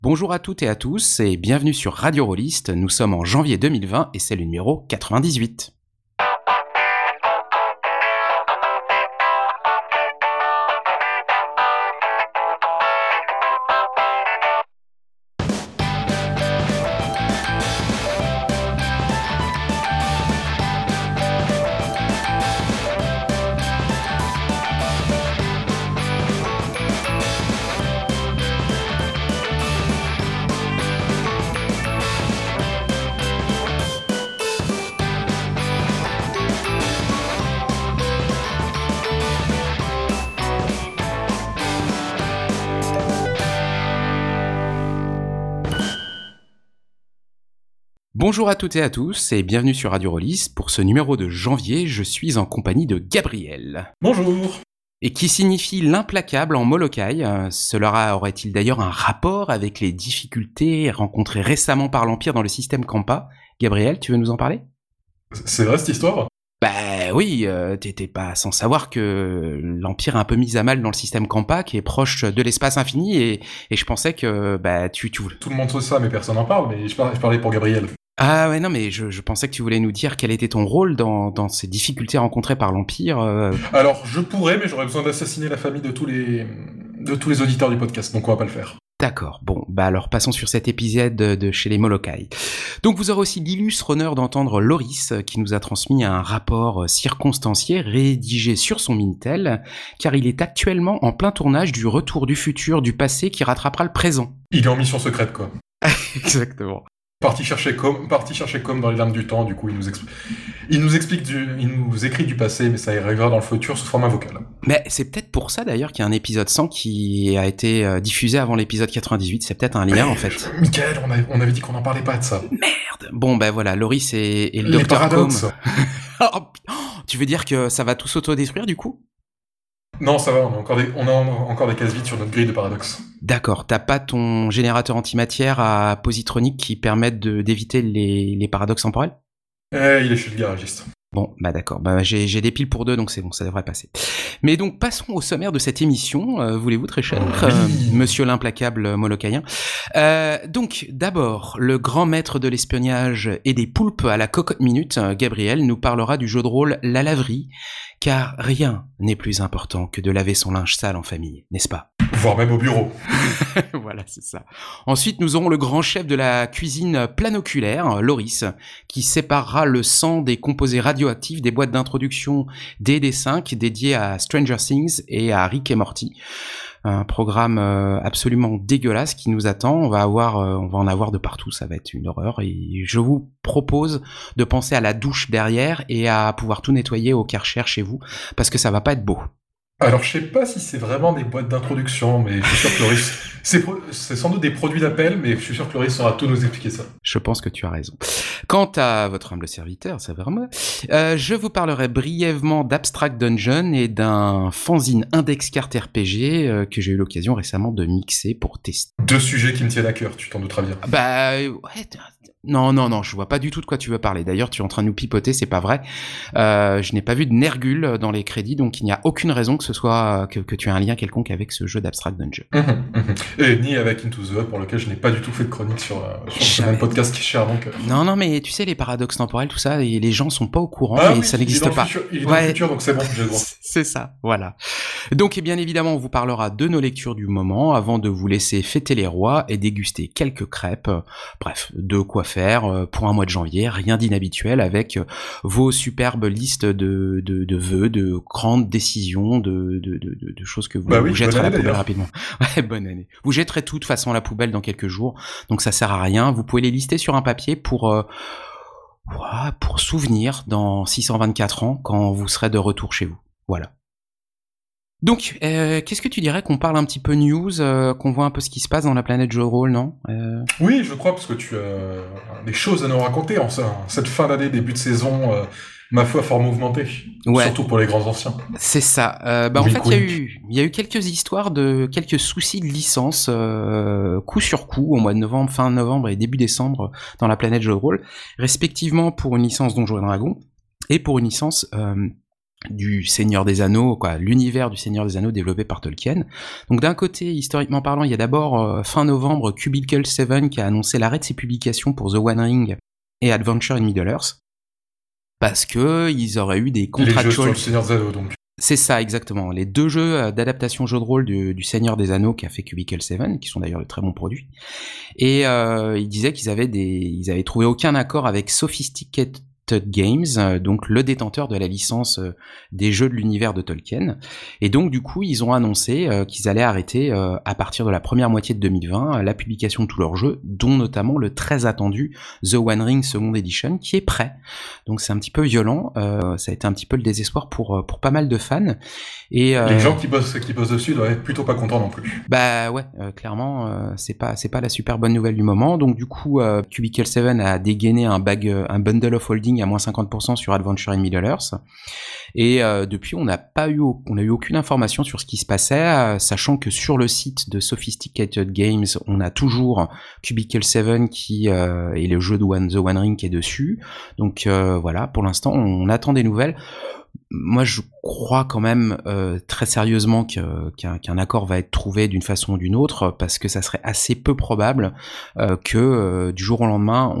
Bonjour à toutes et à tous et bienvenue sur Radio Rollist. Nous sommes en janvier 2020 et c'est le numéro 98. Bonjour à toutes et à tous et bienvenue sur Radio Rollist. Pour ce numéro de janvier, je suis en compagnie de Gabriel. Bonjour. Et qui signifie l'implacable en Molokai. Cela aurait-il d'ailleurs un rapport avec les difficultés rencontrées récemment par l'Empire dans le système Kampa? Gabriel, tu veux nous en parler? C'est vrai cette histoire? Bah oui, t'étais pas sans savoir que l'Empire a un peu mis à mal dans le système Kampa, qui est proche de l'espace infini, et je pensais que tu voulais... Tout le monde sait ça, mais personne n'en parle, mais je parlais pour Gabriel. Ah ouais, non, mais je pensais que tu voulais nous dire quel était ton rôle dans ces difficultés rencontrées par l'Empire. Alors, je pourrais, mais j'aurais besoin d'assassiner la famille de tous les auditeurs du podcast, donc on va pas le faire. D'accord, bon, alors passons sur cet épisode de chez les Molokai. Donc vous aurez aussi l'illustre honneur d'entendre Loris, qui nous a transmis un rapport circonstancié rédigé sur son Minitel, car il est actuellement en plein tournage du Retour du futur du passé qui rattrapera le présent. Il est en mission secrète, quoi. Exactement. Parti chercher comme dans les lames du temps, du coup il nous écrit du passé, mais ça arrivera dans le futur sous format vocal. Mais c'est peut-être pour ça d'ailleurs qu'il y a un épisode 100 qui a été diffusé avant l'épisode 98, c'est peut-être un lien en fait. Michael, on avait dit qu'on n'en parlait pas de ça. Merde. Bon voilà, Loris et le Les Dr. paradoxes. Tu veux dire que ça va tout s'autodétruire du coup? Non, ça va, on a encore des cases vides sur notre grille de paradoxes. D'accord, t'as pas ton générateur antimatière à positronique qui permette d'éviter les paradoxes temporels? Il est chez le garagiste. Bon, d'accord, j'ai des piles pour deux, donc c'est bon, ça devrait passer. Mais donc, passons au sommaire de cette émission, voulez-vous, très cher, monsieur l'implacable molocaïen. Donc, d'abord, le grand maître de l'espionnage et des poulpes à la cocotte minute, Gabriel, nous parlera du jeu de rôle La Laverie, car rien n'est plus important que de laver son linge sale en famille, n'est-ce pas? Voire même au bureau. Voilà, c'est ça. Ensuite, nous aurons le grand chef de la cuisine planoculaire, Loris, qui séparera le sang des composés radioactifs des boîtes d'introduction DD5 dédiées à Stranger Things et à Rick et Morty. Un programme absolument dégueulasse qui nous attend. On va en avoir de partout. Ça va être une horreur. Et je vous propose de penser à la douche derrière et à pouvoir tout nettoyer au Karcher chez vous, parce que ça va pas être beau. Alors, je sais pas si c'est vraiment des boîtes d'introduction, mais je suis sûr que Loris... C'est sans doute des produits d'appel, mais je suis sûr que Loris saura tout nous expliquer ça. Je pense que tu as raison. Quant à votre humble serviteur, ça va vraiment... je vous parlerai brièvement d'Abstract Dungeon et d'un fanzine Index Card RPG que j'ai eu l'occasion récemment de mixer pour tester. Deux sujets qui me tiennent à cœur, tu t'en douteras bien. Ouais... Non, je vois pas du tout de quoi tu veux parler. D'ailleurs, tu es en train de nous pipoter, c'est pas vrai. Je n'ai pas vu de Nergul dans les crédits, donc il n'y a aucune raison que ce soit que tu aies un lien quelconque avec ce jeu d'Abstract Dungeon. Et ni avec Into the Hut, pour lequel je n'ai pas du tout fait de chronique sur ce même podcast qui est cher, donc... Non, mais tu sais, les paradoxes temporels, tout ça, et les gens sont pas au courant, et oui, ça n'existe pas. Il est dans le futur, donc c'est bon, j'ai le droit. C'est ça, voilà. Donc, et bien évidemment, on vous parlera de nos lectures du moment, avant de vous laisser fêter les rois et déguster quelques crêpes. Bref, de quoi faire pour un mois de janvier, rien d'inhabituel, avec vos superbes listes de vœux, de grandes décisions, de choses que vous jetterez à la poubelle rapidement. Ouais, bonne année. Vous jetterez tout de façon à la poubelle dans quelques jours, donc ça sert à rien. Vous pouvez les lister sur un papier pour souvenir dans 624 ans quand vous serez de retour chez vous. Voilà. Donc, qu'est-ce que tu dirais qu'on parle un petit peu news, qu'on voit un peu ce qui se passe dans la planète jeu de rôle, non? Oui, je crois, parce que tu as des choses à nous raconter en cette fin d'année, début de saison, ma foi, fort mouvementée. Ouais. Surtout pour les grands anciens. C'est ça. En fait, il y a eu quelques histoires de quelques soucis de licence, coup sur coup, au mois de novembre, fin novembre et début décembre, dans la planète jeu de rôle, respectivement pour une licence Donjons et Dragons et pour une licence du Seigneur des Anneaux, quoi, l'univers du Seigneur des Anneaux développé par Tolkien. Donc d'un côté, historiquement parlant, il y a d'abord fin novembre Cubicle 7 qui a annoncé l'arrêt de ses publications pour The One Ring et Adventure in Middle-earth parce que ils auraient eu des contractual. Les jeux sur le Seigneur des Anneaux, donc. C'est ça, exactement. Les 2 jeux d'adaptation jeu de rôle du Seigneur des Anneaux qu'a fait Cubicle 7, qui sont d'ailleurs de très bons produits. Et ils disaient qu'ils avaient trouvé aucun accord avec Sophisticated Games, donc le détenteur de la licence des jeux de l'univers de Tolkien. Et donc du coup, ils ont annoncé qu'ils allaient arrêter à partir de la première moitié de 2020 la publication de tous leurs jeux, dont notamment le très attendu The One Ring Second Edition, qui est prêt. Donc c'est un petit peu violent. Ça a été un petit peu le désespoir pour pas mal de fans. Et les gens qui bossent dessus doivent être plutôt pas contents non plus. Bah ouais, clairement, c'est pas la super bonne nouvelle du moment. Donc du coup, Cubicle 7 a dégainé un bundle of holding à moins 50% sur Adventure in Middle-earth. Et depuis, on n'a eu aucune information sur ce qui se passait, sachant que sur le site de Sophisticated Games, on a toujours Cubicle 7 qui est le jeu de The One Ring qui est dessus. Donc voilà, pour l'instant, on attend des nouvelles. Moi, je crois quand même très sérieusement qu'un accord va être trouvé d'une façon ou d'une autre, parce que ça serait assez peu probable que du jour au lendemain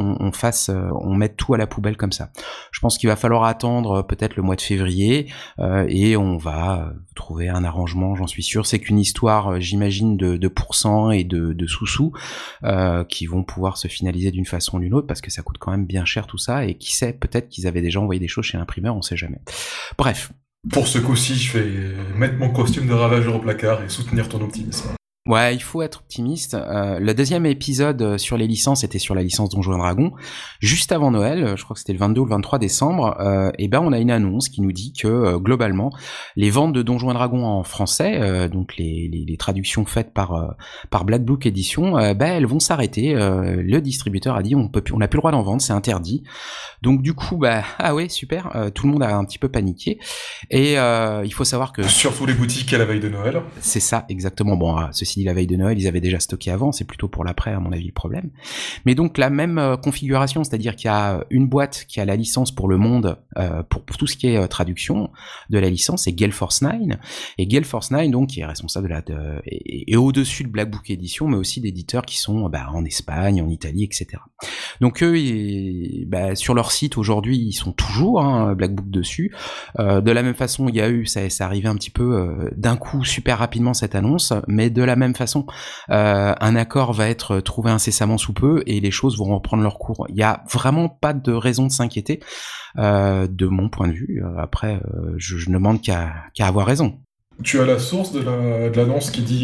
on mette tout à la poubelle comme ça. Je pense qu'il va falloir attendre peut-être le mois de février et on va trouver un arrangement, j'en suis sûr. C'est qu'une histoire, j'imagine, de pourcents et de sous-sous qui vont pouvoir se finaliser d'une façon ou d'une autre, parce que ça coûte quand même bien cher tout ça, et qui sait, peut-être qu'ils avaient déjà envoyé des choses chez l'imprimeur, on sait jamais. Bref. Pour ce coup-ci, je vais mettre mon costume de ravageur au placard et soutenir ton optimisme. Ouais, il faut être optimiste. Le deuxième épisode sur les licences était sur la licence Donjons & Dragons. Juste avant Noël, je crois que c'était le 22 ou le 23 décembre, et ben on a une annonce qui nous dit que globalement, les ventes de Donjons & Dragons en français, donc les traductions faites par Black Book Edition, elles vont s'arrêter. Le distributeur a dit on n'a plus le droit d'en vendre, c'est interdit. Donc du coup, ah ouais, super, tout le monde a un petit peu paniqué. Et il faut savoir que... Surtout les boutiques à la veille de Noël. C'est ça, exactement. Bon, ceci dit, la veille de Noël, ils avaient déjà stocké avant, c'est plutôt pour l'après, à mon avis, le problème. Mais donc la même configuration, c'est-à-dire qu'il y a une boîte qui a la licence pour le monde, pour tout ce qui est traduction de la licence, c'est Gale Force 9. Et Gale Force 9, donc, qui est responsable et au-dessus de Black Book Edition, mais aussi d'éditeurs qui sont en Espagne, en Italie, etc. Donc eux, sur leur site aujourd'hui, ils sont toujours Black Book dessus. De la même façon, il y a eu, ça arrivait un petit peu d'un coup super rapidement cette annonce, mais de la même façon, un accord va être trouvé incessamment sous peu et les choses vont reprendre leur cours. Il y a vraiment pas de raison de s'inquiéter de mon point de vue. Après, je ne demande qu'à avoir raison. Tu as la source de l'annonce qui dit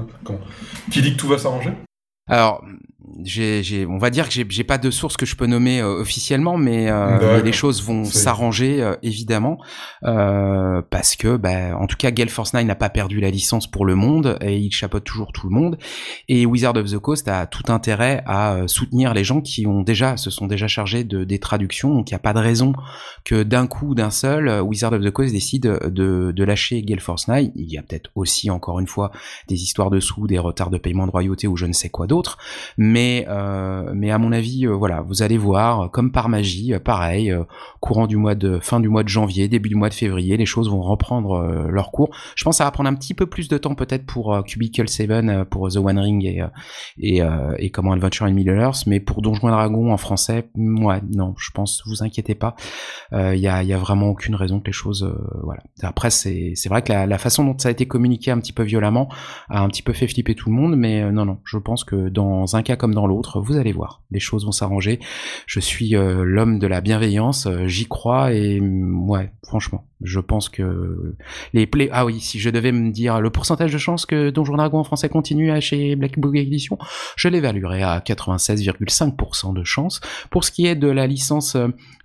que tout va s'arranger ? Alors, on va dire que j'ai pas de source que je peux nommer officiellement, mais les choses vont s'arranger évidemment parce que en tout cas Gale Force 9 n'a pas perdu la licence pour le monde et il chapeaute toujours tout le monde, et Wizard of the Coast a tout intérêt à soutenir les gens qui se sont déjà chargés des traductions. Donc il n'y a pas de raison que d'un coup, d'un seul, Wizard of the Coast décide de lâcher Gale Force 9. Il y a peut-être aussi, encore une fois, des histoires de sous, des retards de paiement de royauté ou je ne sais quoi d'autre, mais à mon avis, voilà, vous allez voir, comme par magie, pareil, fin du mois de janvier, début du mois de février, les choses vont reprendre leur cours. Je pense que ça va prendre un petit peu plus de temps peut-être pour Cubicle 7, pour The One Ring et comment Adventure in Middle-earth, mais pour Donjons & Dragons en français, ouais, non, je pense, vous inquiétez pas, il y a vraiment aucune raison que les choses, voilà. Après, c'est vrai que la façon dont ça a été communiqué un petit peu violemment a un petit peu fait flipper tout le monde, mais non, je pense que dans un cas comme dans l'autre, vous allez voir, les choses vont s'arranger. Je suis l'homme de la bienveillance, j'y crois, et ouais, franchement, je pense que ah oui, si je devais me dire le pourcentage de chances que Donjons & Dragons en français continue chez Black Book Edition, je l'évaluerais à 96,5% de chance. Pour ce qui est de la licence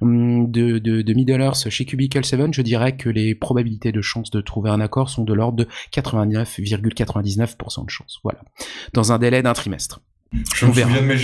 de Middle-earth chez Cubicle 7, je dirais que les probabilités de chance de trouver un accord sont de l'ordre de 89,99% de chance. Voilà. Dans un délai d'un trimestre. Je me souviens de mes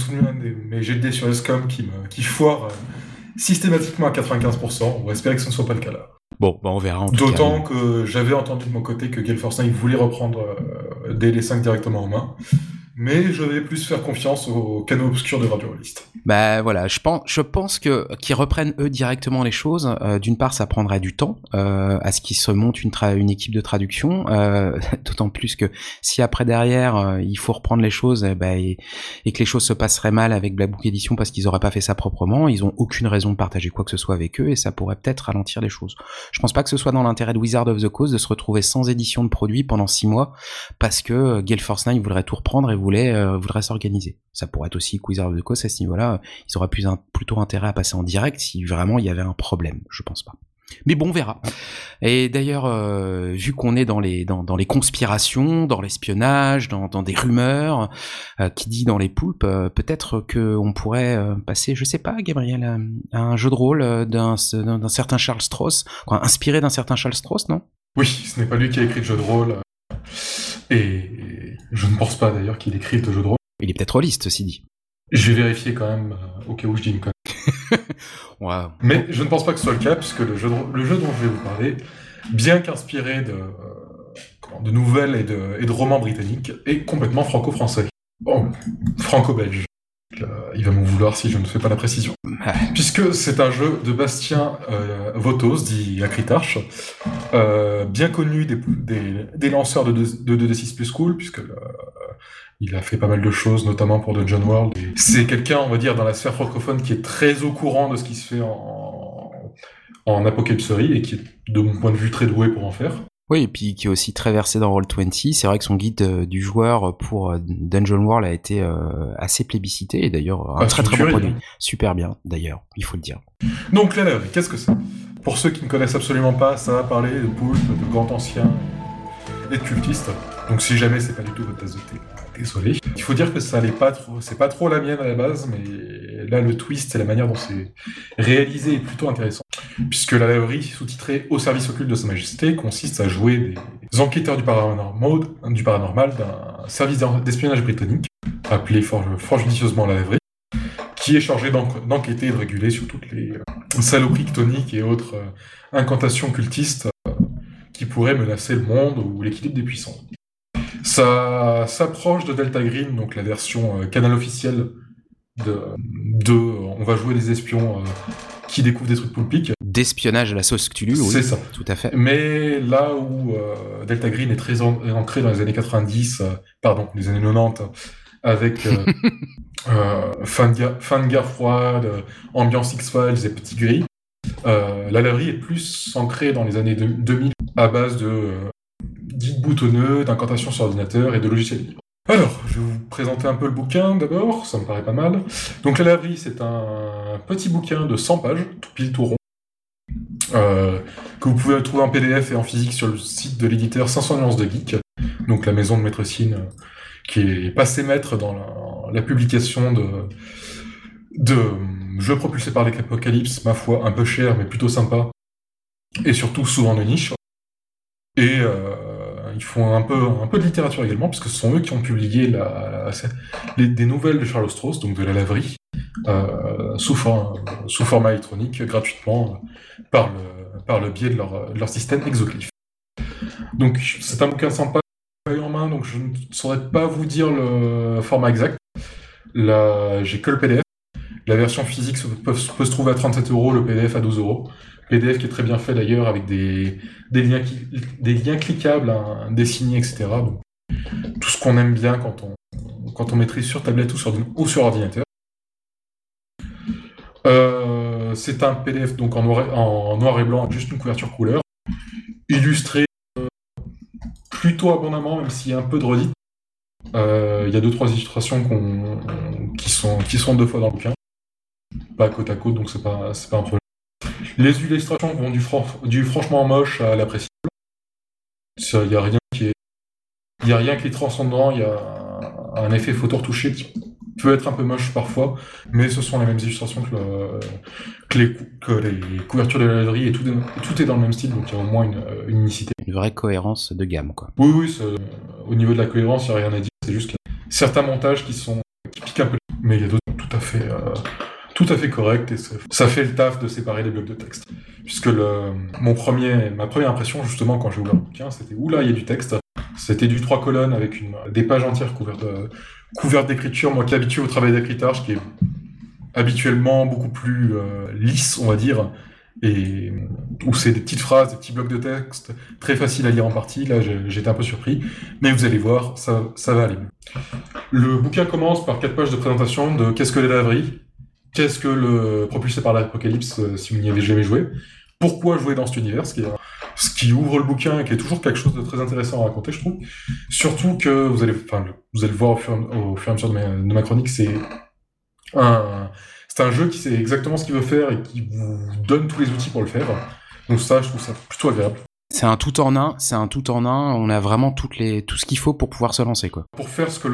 GD sur Escom qui foirent systématiquement à 95%. On va espérer que ce ne soit pas le cas là. Bon, on verra. D'autant que j'avais entendu de mon côté que Gale Force 9 voulait reprendre DL5 directement en main. mais je vais plus faire confiance aux canaux obscurs de Radio Rollist. Bah voilà, je pense que qu'ils reprennent eux directement les choses. D'une part, ça prendrait du temps à ce qu'ils se montent une équipe de traduction, d'autant plus que si après derrière il faut reprendre les choses, et que les choses se passeraient mal avec Black Book Edition parce qu'ils auraient pas fait ça proprement, ils ont aucune raison de partager quoi que ce soit avec eux et ça pourrait peut-être ralentir les choses. Je pense pas que ce soit dans l'intérêt de Wizard of the Coast de se retrouver sans édition de produit pendant 6 mois parce que Gale Force 9 voudrait tout reprendre et voudrait s'organiser. Ça pourrait être aussi que Wizard of the Coast à ce niveau-là, ils auraient plutôt intérêt à passer en direct si vraiment il y avait un problème, je pense pas. Mais bon, on verra. Et d'ailleurs, vu qu'on est dans les conspirations, dans l'espionnage, dans des rumeurs, qui dit dans les poulpes, peut-être que on pourrait passer, je sais pas, Gabriel, à un jeu de rôle d'un certain Charles Stross, quoi, inspiré d'un certain Charles Stross, non ? Oui, ce n'est pas lui qui a écrit le jeu de rôle, et je ne pense pas d'ailleurs qu'il écrive de jeu de rôle. Il est peut-être rôliste, ceci dit. Je vais vérifier quand même, au cas où je dis une connerie. Ouais. Mais je ne pense pas que ce soit le cas, puisque le jeu dont je vais vous parler, bien qu'inspiré de nouvelles et de romans britanniques, est complètement franco-français. Bon, franco-belge. Il va m'en vouloir si je ne fais pas la précision. Puisque c'est un jeu de Bastien Votos, dit Acritarche, bien connu des lanceurs de 2D6 Plus Cool, puisque il a fait pas mal de choses, notamment pour Dungeon World. Et c'est quelqu'un, on va dire, dans la sphère francophone qui est très au courant de ce qui se fait en apocalypserie et qui est, de mon point de vue, très doué pour en faire. Oui, et puis qui est aussi très versé dans Roll20. C'est vrai que son guide du joueur pour Dungeon World a été assez plébiscité, et d'ailleurs un très très bon produit. Super bien, d'ailleurs, il faut le dire. Donc la laverie, qu'est-ce que c'est ? Pour ceux qui ne connaissent absolument pas, ça va parler de poulpes, de grands anciens et de cultistes. Donc si jamais c'est pas du tout votre tasse de thé, désolé. Il faut dire que ça allait pas trop, c'est pas trop la mienne à la base, mais là le twist et la manière dont c'est réalisé est plutôt intéressant. Puisque la laverie, sous-titrée Au service occulte de Sa Majesté, consiste à jouer des enquêteurs du paranormal d'un service d'espionnage britannique, appelé fort judicieusement la laverie, qui est chargé d'enquêter et de réguler sur toutes les saloperies chthoniques et autres incantations cultistes qui pourraient menacer le monde ou l'équilibre des puissants. Ça s'approche de Delta Green, donc la version canal officiel de on va jouer des espions qui découvrent des trucs poulpiques. D'espionnage à la sauce Cthulhu, oui. C'est ça. Tout à fait. Mais là où Delta Green est très ancré dans les années 90, les années 90, avec fin de guerre froide, ambiance X-Files et Petit Gris, la laverie est plus ancrée dans les années 2000 à base de guides boutonneux, d'incantations sur ordinateur et de logiciels libres. Alors, je vais vous présenter un peu le bouquin d'abord, ça me paraît pas mal. Donc la laverie, c'est un petit bouquin de 100 pages, tout pile tout rond, que vous pouvez trouver en PDF et en physique sur le site de l'éditeur 500 nuances de geek, donc la maison de Maître Cine, qui est passé maître dans la publication de jeux propulsés par l'Apocalypse, ma foi, un peu cher, mais plutôt sympa, et surtout souvent de niche. Et ils font un peu de littérature également, parce que ce sont eux qui ont publié des nouvelles de Charles Stross, donc de la laverie, sous format électronique, gratuitement, par le biais de leur système Exocliff. Donc c'est un bouquin sympa, en main, donc je ne saurais pas vous dire le format exact. Là, j'ai que le PDF. La version physique peut se trouver à 37 €, le PDF à 12 €. PDF qui est très bien fait d'ailleurs, avec des liens cliquables, dessinés, etc. Donc, tout ce qu'on aime bien quand on maîtrise sur tablette ou sur ordinateur. C'est un PDF donc en noir et blanc, avec juste une couverture couleur, illustré plutôt abondamment, même s'il y a un peu de redite. Il y a 2-3 illustrations qui sont 2 fois dans le bouquin, pas côte à côte, donc c'est pas un problème. Les illustrations vont du franchement moche à l'appréciable. Il y a rien qui est transcendant. Il y a un effet photo retouché qui peut être un peu moche parfois, mais ce sont les mêmes illustrations que les couvertures de la laverie, et tout est dans le même style, donc il y a au moins une unicité. Une vraie cohérence de gamme, quoi. Oui, au niveau de la cohérence, il n'y a rien à dire. C'est juste qu'il y a certains montages qui piquent un peu, mais il y a d'autres tout à fait corrects, et ça fait le taf de séparer les blocs de texte. Puisque ma première impression, justement, quand j'ai ouvert le bouquin, c'était « Oula, il y a du texte ». C'était du 3 colonnes avec des pages entières couvertes couverte d'écriture, moi qui est habitué au travail d'écritage, qui est habituellement beaucoup plus lisse, on va dire, et où c'est des petites phrases, des petits blocs de texte, très faciles à lire en partie. Là, j'étais un peu surpris, mais vous allez voir, ça va aller mieux. Le bouquin commence par 4 pages de présentation de qu'est-ce que la laverie, qu'est-ce que le propulsé par l'apocalypse, si vous n'y avez jamais joué, pourquoi jouer dans cet univers, ce qui ouvre le bouquin et qui est toujours quelque chose de très intéressant à raconter, je trouve. Surtout que vous allez le voir au fur et à mesure de ma chronique, c'est un jeu qui sait exactement ce qu'il veut faire et qui vous donne tous les outils pour le faire. Donc ça, je trouve ça plutôt agréable. C'est un tout en un. On a vraiment tout ce qu'il faut pour pouvoir se lancer, quoi. Pour faire ce que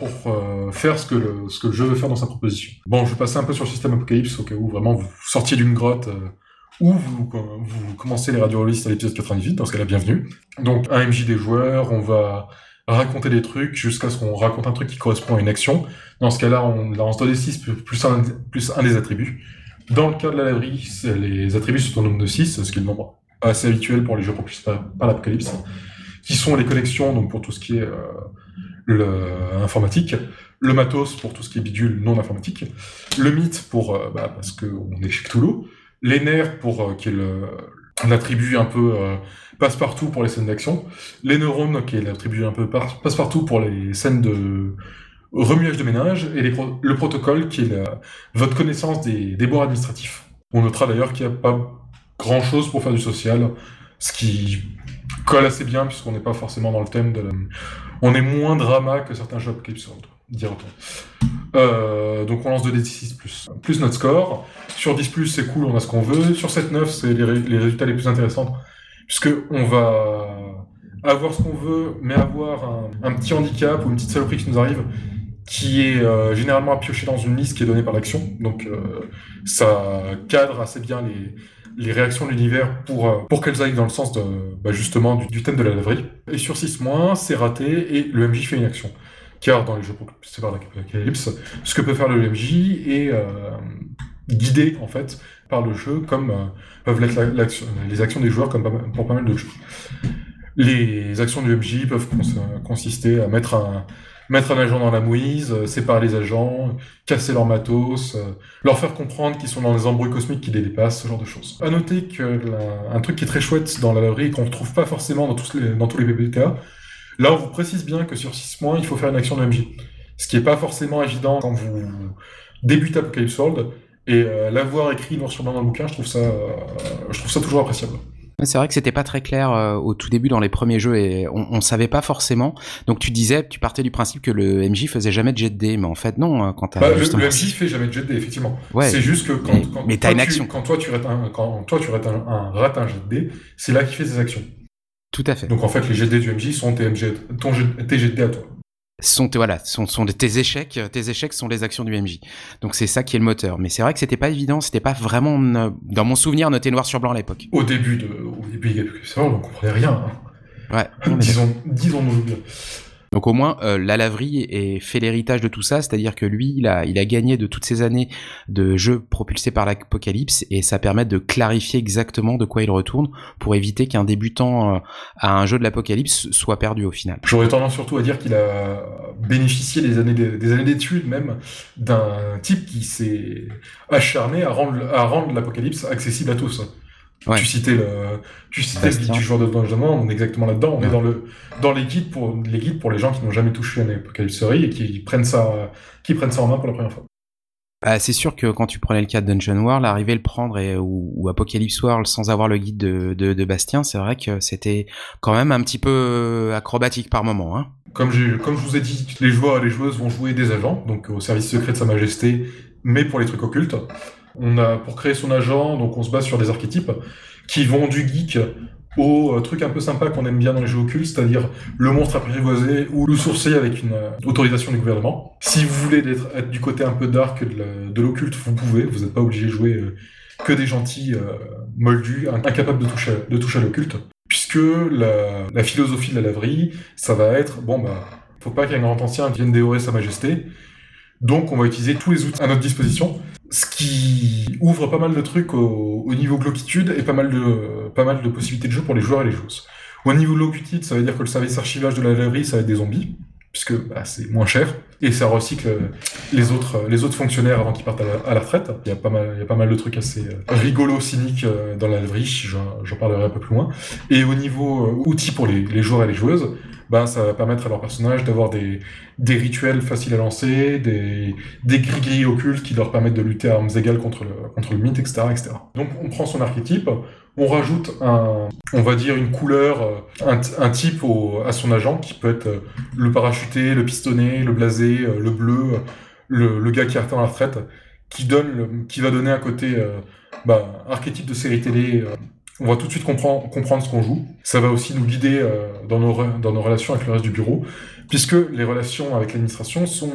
le jeu veut faire dans sa proposition. Bon, je vais passer un peu sur le système Apocalypse au cas où vraiment vous sortiez d'une grotte ou vous commencez les radio-realistes à l'épisode 98, dans ce cas-là, bienvenue. Donc, un MJ des joueurs, on va raconter des trucs jusqu'à ce qu'on raconte un truc qui correspond à une action. Dans ce cas-là, on lance 2d6 plus un des attributs. Dans le cas de la laverie, les attributs sont au nombre de 6, ce qui est le nombre assez habituel pour les jeux propulsés par l'Apocalypse, qui sont les connexions, donc pour tout ce qui est informatique, le matos pour tout ce qui est bidule non informatique, le mythe pour parce qu'on est chez Cthulhu, les nerfs pour qui est l'attribut un peu passe-partout pour les scènes d'action, les neurones qui est l'attribut un peu passe-partout pour les scènes de remuage de ménage, et le protocole qui est votre connaissance des déboires administratifs. On notera d'ailleurs qu'il n'y a pas grand-chose pour faire du social, ce qui colle assez bien puisqu'on n'est pas forcément dans le thème on est moins drama que certains jeux Apocalypse World, dira-t-on. Donc on lance 2d6 plus notre score. Sur 10+, c'est cool, on a ce qu'on veut. Sur 7-9, c'est les résultats les plus intéressants, puisque on va avoir ce qu'on veut, mais avoir un petit handicap ou une petite saloperie qui nous arrive, qui est généralement à piocher dans une liste qui est donnée par l'action. Donc ça cadre assez bien les réactions de l'univers pour qu'elles aillent dans le sens justement du thème de la laverie. Et sur 6-, c'est raté et le MJ fait une action. Car dans les jeux propulsés par l'Apocalypse, ce que peut faire le MJ est guidé en fait par le jeu, comme peuvent l'être les actions des joueurs, comme pour pas mal de jeux. Les actions du MJ peuvent consister à mettre un agent dans la mouise, séparer les agents, casser leur matos, leur faire comprendre qu'ils sont dans des embrouilles cosmiques qui les dépassent, ce genre de choses. À noter un truc qui est très chouette dans la laverie et qu'on ne trouve pas forcément dans tous les PPK, là on vous précise bien que sur 6 mois, il faut faire une action de MJ. Ce qui n'est pas forcément évident quand vous débutez Apocalypse World, et l'avoir écrit noir sur blanc dans le bouquin, je trouve ça toujours appréciable. C'est vrai que c'était pas très clair au tout début dans les premiers jeux et on savait pas forcément. Donc tu partais du principe que le MJ faisait jamais de jet de dés, mais en fait non. Quand t'as le MJ fait jamais de jet de dés, effectivement. Ouais, c'est juste que quand toi tu rates un jet de dés, c'est là qu'il fait ses actions. Tout à fait. Donc en fait les jets de dés du MJ sont tes jet de dés à toi. Sont tes échecs sont les actions du MJ. Donc c'est ça qui est le moteur. Mais c'est vrai que c'était pas évident, c'était pas vraiment dans mon souvenir noté noir sur blanc à l'époque. Au début il y avait que ça, on comprenait rien. Ouais. Disons-nous bien. Donc au moins la laverie fait l'héritage de tout ça, c'est-à-dire que lui il a gagné de toutes ces années de jeux propulsés par l'Apocalypse et ça permet de clarifier exactement de quoi il retourne pour éviter qu'un débutant à un jeu de l'Apocalypse soit perdu au final. J'aurais tendance surtout à dire qu'il a bénéficié des années d'études même d'un type qui s'est acharné à rendre l'Apocalypse accessible à tous. Ouais. Tu citais le guide du joueur de Donjons, on est exactement là-dedans. On est dans les guides pour les gens qui n'ont jamais touché à une apocalypserie et qui prennent ça en main pour la première fois. C'est sûr que quand tu prenais le cas de Dungeon World, arriver à le prendre ou Apocalypse World sans avoir le guide de Bastien, c'est vrai que c'était quand même un petit peu acrobatique par moment. Hein. Comme je vous ai dit, les joueurs et les joueuses vont jouer des agents, donc au service secret de Sa Majesté, mais pour les trucs occultes. Pour créer son agent, donc on se base sur des archétypes qui vont du geek au truc un peu sympa qu'on aime bien dans les jeux occultes, c'est-à-dire le monstre apprivoisé ou le sourcier avec une autorisation du gouvernement. Si vous voulez être du côté un peu dark de l'occulte, vous pouvez, vous n'êtes pas obligé de jouer que des gentils moldus, incapables de toucher à l'occulte. Puisque la philosophie de la laverie, ça va être, faut pas qu'un grand ancien vienne dévorer Sa Majesté, donc on va utiliser tous les outils à notre disposition, ce qui ouvre pas mal de trucs au niveau glauquitude et pas mal de possibilités de jeu pour les joueurs et les joueuses. Au niveau glauquitude, ça veut dire que le service archivage de la laverie, ça va être des zombies. puisque c'est moins cher, et ça recycle les autres fonctionnaires avant qu'ils partent à la retraite. Il y a pas mal de trucs assez rigolos, cyniques dans la librairie, j'en parlerai un peu plus loin. Et au niveau outils pour les joueurs et les joueuses, ça va permettre à leurs personnages d'avoir des rituels faciles à lancer, des gris-gris occultes qui leur permettent de lutter à armes égales contre le mythe, etc., etc. Donc on prend son archétype, on rajoute on va dire une couleur, un type à son agent, qui peut être le parachuté, le pistonné, le blasé, le bleu, le gars qui est à la retraite, qui va donner un côté archétype de série télé. On va tout de suite comprendre ce qu'on joue. Ça va aussi nous guider dans nos relations avec le reste du bureau, puisque les relations avec l'administration sont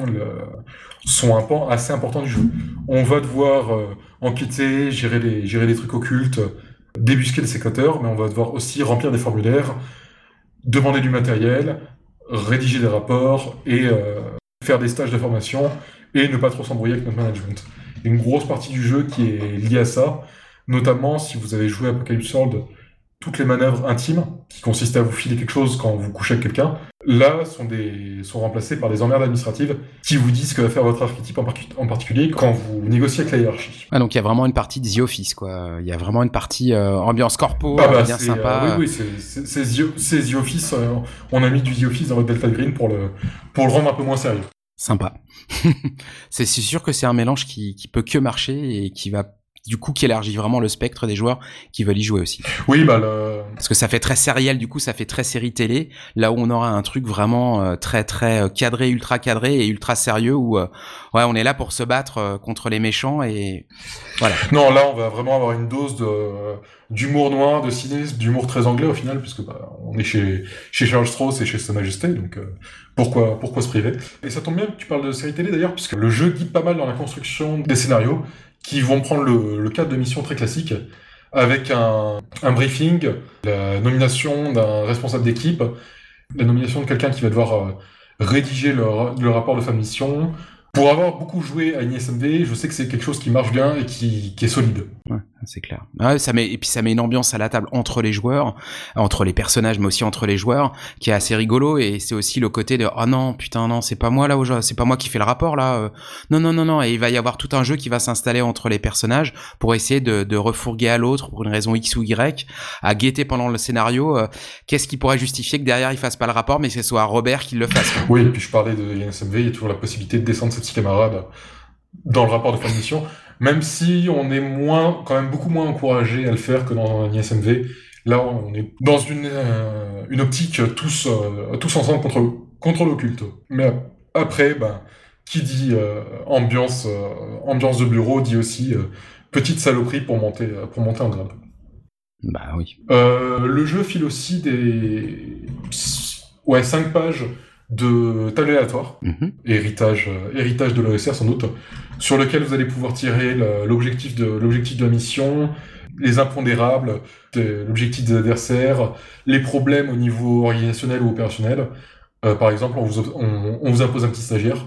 un pan assez important du jeu. On va devoir enquêter, gérer des trucs occultes, débusquer les sécateurs, mais on va devoir aussi remplir des formulaires, demander du matériel, rédiger des rapports et faire des stages de formation et ne pas trop s'embrouiller avec notre management. Il y a une grosse partie du jeu qui est liée à ça, notamment si vous avez joué à Apocalypse World, toutes les manœuvres intimes qui consistaient à vous filer quelque chose quand vous couchez avec quelqu'un, là sont remplacées par des emmerdes administratives qui vous disent ce que va faire votre archétype en particulier quand vous négociez avec la hiérarchie. Ah, donc il y a vraiment une partie de The Office, quoi. Il y a vraiment une partie ambiance corpo, bien sympa. Oui, c'est The Office. On a mis du The Office dans votre Delta Green pour le rendre un peu moins sérieux. Sympa. C'est sûr que c'est un mélange qui peut que marcher et qui élargit vraiment le spectre des joueurs qui veulent y jouer aussi. Oui, parce que ça fait très sériel, du coup, ça fait très série télé, là où on aura un truc vraiment très très cadré et ultra sérieux où on est là pour se battre contre les méchants et voilà. Non, là on va vraiment avoir une dose d'humour noir, de cynisme, d'humour très anglais au final, puisque on est chez Charles Stross et chez Sa Majesté, donc pourquoi se priver? Et ça tombe bien que tu parles de série télé d'ailleurs, puisque le jeu guide pas mal dans la construction des scénarios, qui vont prendre le cadre de mission très classique, avec un briefing, la nomination d'un responsable d'équipe, la nomination de quelqu'un qui va devoir rédiger le rapport de fin de mission. Pour avoir beaucoup joué à ISMV, je sais que c'est quelque chose qui marche bien et qui est solide. Ouais, c'est clair. Ça met une ambiance à la table entre les joueurs, entre les personnages, mais aussi entre les joueurs, qui est assez rigolo. Et c'est aussi le côté de non, c'est pas moi là, c'est pas moi qui fais le rapport là. Non. Et il va y avoir tout un jeu qui va s'installer entre les personnages pour essayer de refourguer à l'autre pour une raison X ou Y, à guetter pendant le scénario. Qu'est-ce qui pourrait justifier que derrière il fasse pas le rapport, mais que ce soit Robert qui le fasse. Oui, et puis je parlais de ISMV, il y a toujours la possibilité de descendre ses petits camarades dans le rapport de fin de mission. Même si on est quand même beaucoup moins encouragé à le faire que dans un ISMV, là on est dans une optique tous ensemble contre l'occulte. Mais après, qui dit ambiance de bureau dit aussi petite saloperie pour monter en grade. Bah oui. Le jeu file aussi 5 pages de table aléatoire, héritage de l'OSR sans doute, sur lequel vous allez pouvoir tirer l'objectif de la mission, les impondérables, l'objectif des adversaires, les problèmes au niveau organisationnel ou opérationnel. Par exemple, on vous impose un petit stagiaire,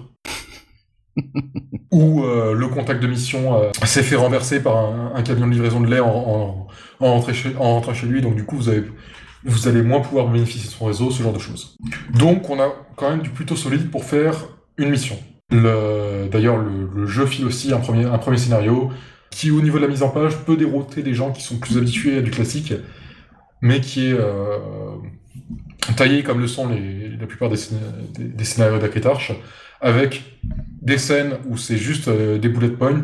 ou le contact de mission s'est fait renverser par un camion de livraison de lait en rentrant chez lui, donc du coup vous allez moins pouvoir bénéficier de son réseau, ce genre de choses. Donc on a quand même du plutôt solide pour faire une mission. D'ailleurs, le jeu file aussi un premier scénario qui, au niveau de la mise en page, peut dérouter les gens qui sont plus habitués à du classique, mais qui est taillé comme le sont la plupart des scénarios d'Archetarch, avec des scènes où c'est juste des bullet points,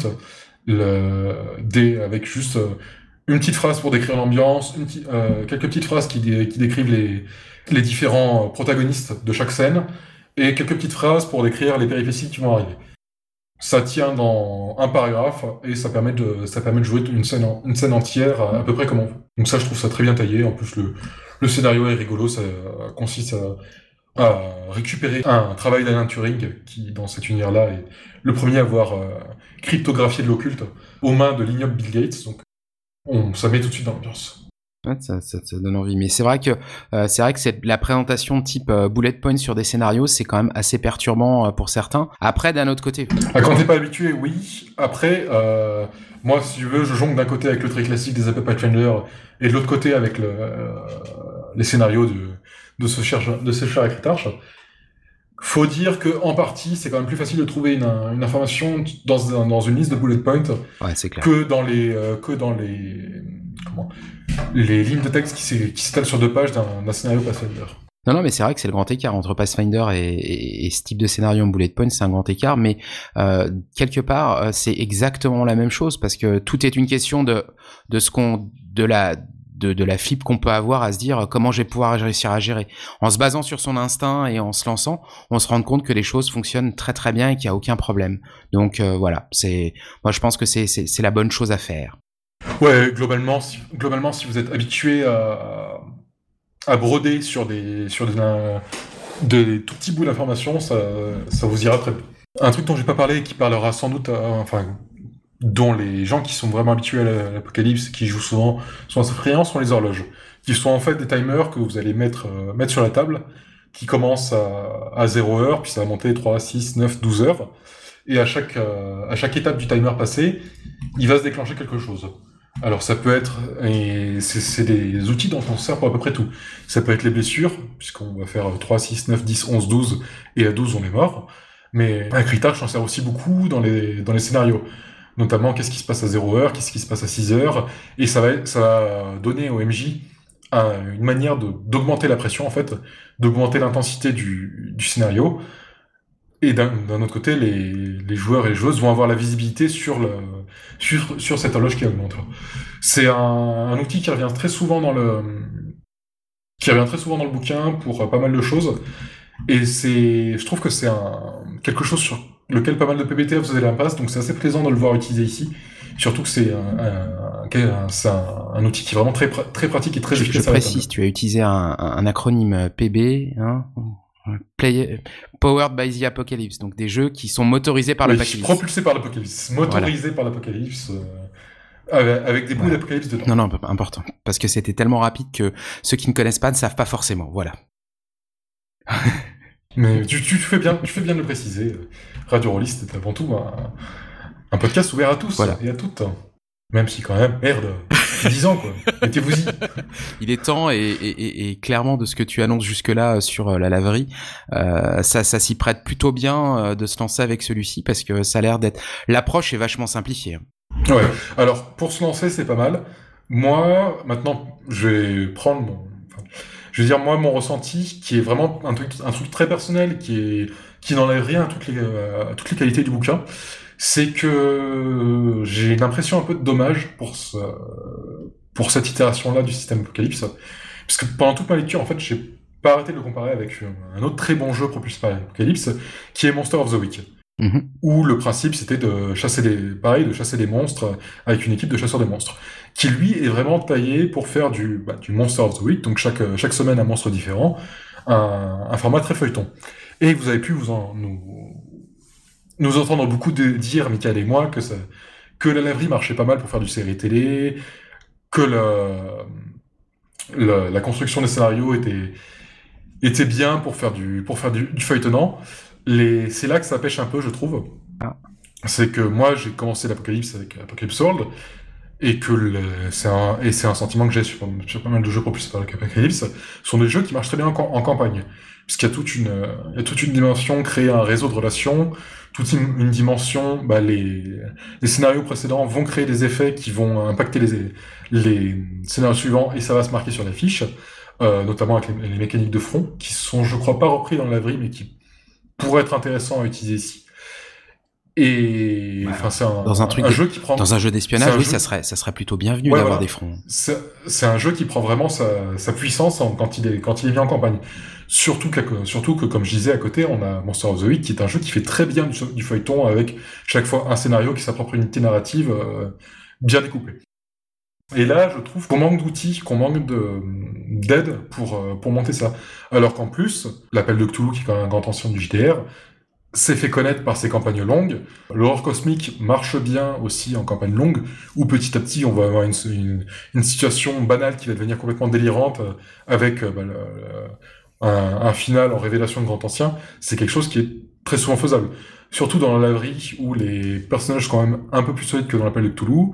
avec juste une petite phrase pour décrire l'ambiance, quelques petites phrases qui décrivent les différents protagonistes de chaque scène, et quelques petites phrases pour décrire les péripéties qui vont arriver. Ça tient dans un paragraphe, et ça permet de jouer une scène entière à peu près comme on veut. Donc ça, je trouve ça très bien taillé. En plus, le scénario est rigolo, ça consiste à récupérer un travail d'Alan Turing, qui, dans cet univers-là, est le premier à avoir cryptographié de l'occulte aux mains de l'ignoble Bill Gates. Donc ça met tout de suite dans l'ambiance. Ouais, ça donne envie. Mais c'est vrai que la présentation type bullet point sur des scénarios, c'est quand même assez perturbant pour certains. Après, d'un autre côté. Quand t'es pas habitué, oui. Après, moi, si tu veux, je jongle d'un côté avec le très classique des App Pathfinder et de l'autre côté avec les scénarios de ce cher Archetarch. Faut dire que en partie, c'est quand même plus facile de trouver une information dans une liste de bullet points Ouais, c'est clair. que dans les les lignes de texte qui s'étalent sur 2 pages d'un scénario Pathfinder. Non, mais c'est vrai que c'est le grand écart entre Pathfinder et ce type de scénario en bullet point, c'est un grand écart, mais quelque part, c'est exactement la même chose, parce que tout est une question de la fibre qu'on peut avoir à se dire comment je vais pouvoir réussir à gérer. En se basant sur son instinct et en se lançant, on se rend compte que les choses fonctionnent très très bien et qu'il n'y a aucun problème. Donc voilà, moi je pense que c'est la bonne chose à faire. Ouais, globalement, si vous êtes habitué à broder sur des tout petits bouts d'informations, ça vous ira très bien. Un truc dont j'ai pas parlé et qui parlera sans doute, dont les gens qui sont vraiment habitués à l'apocalypse, qui jouent souvent, sont assez friands, sont les horloges, qui sont en fait des timers que vous allez mettre sur la table, qui commencent à 0 heure, puis ça va monter 3, 6, 9, 12 heures, et à chaque étape du timer passé, il va se déclencher quelque chose. Alors ça peut être, et c'est des outils dont on sert pour à peu près tout. Ça peut être les blessures, puisqu'on va faire 3, 6, 9, 10, 11, 12, et à 12 on est mort. Mais un critage s'en sert aussi beaucoup dans les scénarios. Notamment qu'est-ce qui se passe à 0 heure, qu'est-ce qui se passe à 6 heures, et ça va donner au MJ une manière d'augmenter la pression en fait, d'augmenter l'intensité du scénario. Et d'un autre côté, les joueurs et les joueuses vont avoir la visibilité sur cette horloge qui augmente. C'est un outil qui revient très souvent dans le bouquin pour pas mal de choses. Et je trouve que c'est quelque chose sur lequel pas mal de PBTA faisaient l'impasse, donc c'est assez plaisant de le voir utilisé ici. Surtout que c'est un outil qui est vraiment très, très pratique et très efficace. Je précise, tu as utilisé un acronyme PB, hein, Powered by the Apocalypse, donc des jeux qui sont motorisés par l'Apocalypse. Propulsés par l'Apocalypse, motorisés par l'Apocalypse, avec des bouts d'Apocalypse dedans. Non, important, parce que c'était tellement rapide que ceux qui ne connaissent pas ne savent pas forcément, voilà. Mais tu fais bien de le préciser. Radio Rollist est avant tout un podcast ouvert à tous et à toutes. Même si quand même, merde, 10 ans quoi, mettez-vous-y. Il est temps et clairement de ce que tu annonces jusque-là sur la laverie, ça s'y prête plutôt bien de se lancer avec celui-ci parce que ça a l'air d'être... L'approche est vachement simplifiée. Ouais, alors pour se lancer c'est pas mal. Moi, maintenant, je vais prendre mon ressenti qui est vraiment un truc très personnel qui n'enlève rien à toutes les qualités du bouquin. C'est que j'ai l'impression un peu de dommage pour cette itération-là du système Apocalypse. Parce que pendant toute ma lecture, en fait, j'ai pas arrêté de le comparer avec un autre très bon jeu propulsé par Apocalypse, qui est Monster of the Week. Mm-hmm. Où le principe, c'était de chasser des monstres avec une équipe de chasseurs de monstres. Qui, lui, est vraiment taillé pour faire du Monster of the Week, donc chaque semaine un monstre différent, un format très feuilleton. Et vous avez pu nous entendre beaucoup dire, Michael et moi, que la laverie marchait pas mal pour faire du série télé, que la construction des scénarios était bien pour faire du feuilletonnant. C'est là que ça pêche un peu, je trouve. Ah. C'est que moi, j'ai commencé l'Apocalypse avec Apocalypse World, et que c'est un sentiment que j'ai sur pas mal de jeux propulsés par l'Apocalypse, sont des jeux qui marchent très bien en campagne. Puisqu'il y a toute une dimension, créer un réseau de relations, toute une dimension, les scénarios précédents vont créer des effets qui vont impacter les scénarios suivants, et ça va se marquer sur les fiches, notamment avec les mécaniques de front, qui sont, je crois, pas repris dans l'Avry, mais qui pourraient être intéressants à utiliser ici. Et c'est un jeu qui prend... Dans un jeu d'espionnage, oui, ça serait plutôt bienvenu d'avoir des fronts. C'est un jeu qui prend vraiment sa puissance quand il est mis en campagne. Surtout que, comme je disais à côté, on a Monster of the Week, qui est un jeu qui fait très bien du feuilleton, avec chaque fois un scénario qui a sa propre unité narrative bien découpée. Et là, je trouve qu'on manque d'outils, qu'on manque d'aide pour monter ça. Alors qu'en plus, l'appel de Cthulhu, qui est quand même un grand ancien du JDR, s'est fait connaître par ses campagnes longues. L'horreur cosmique marche bien aussi en campagne longue, où petit à petit on va avoir une situation banale qui va devenir complètement délirante, avec un final en révélation de grand ancien. C'est quelque chose qui est très souvent faisable. Surtout dans la laverie, où les personnages sont quand même un peu plus solides que dans l'appel de Cthulhu,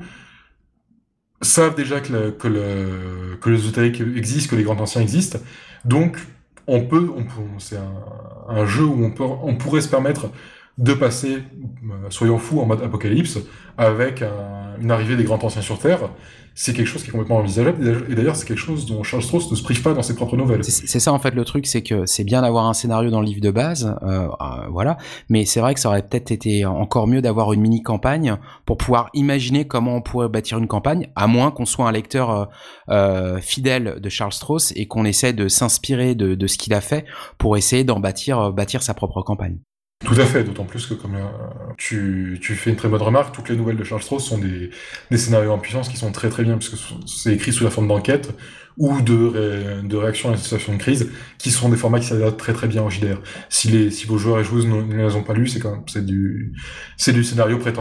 savent déjà que l'ésotérique existe, que les grands anciens existent, donc c'est un jeu où on pourrait se permettre de passer, soyons fous, en mode apocalypse, avec une arrivée des grands anciens sur Terre. C'est quelque chose qui est complètement envisageable, et d'ailleurs c'est quelque chose dont Charles Stross ne se prive pas dans ses propres nouvelles. C'est ça en fait le truc, c'est que c'est bien d'avoir un scénario dans le livre de base, voilà, mais c'est vrai que ça aurait peut-être été encore mieux d'avoir une mini-campagne pour pouvoir imaginer comment on pourrait bâtir une campagne, à moins qu'on soit un lecteur fidèle de Charles Stross et qu'on essaie de s'inspirer de ce qu'il a fait pour essayer d'en bâtir sa propre campagne. Tout à fait, d'autant plus que comme tu fais une très bonne remarque, toutes les nouvelles de Charles Stross sont des scénarios en puissance qui sont très très bien, puisque c'est écrit sous la forme d'enquête ou de réaction à une situation de crise, qui sont des formats qui s'adaptent très très bien au JDR. Si vos joueurs et joueuses ne les ont pas lus, c'est du scénario clé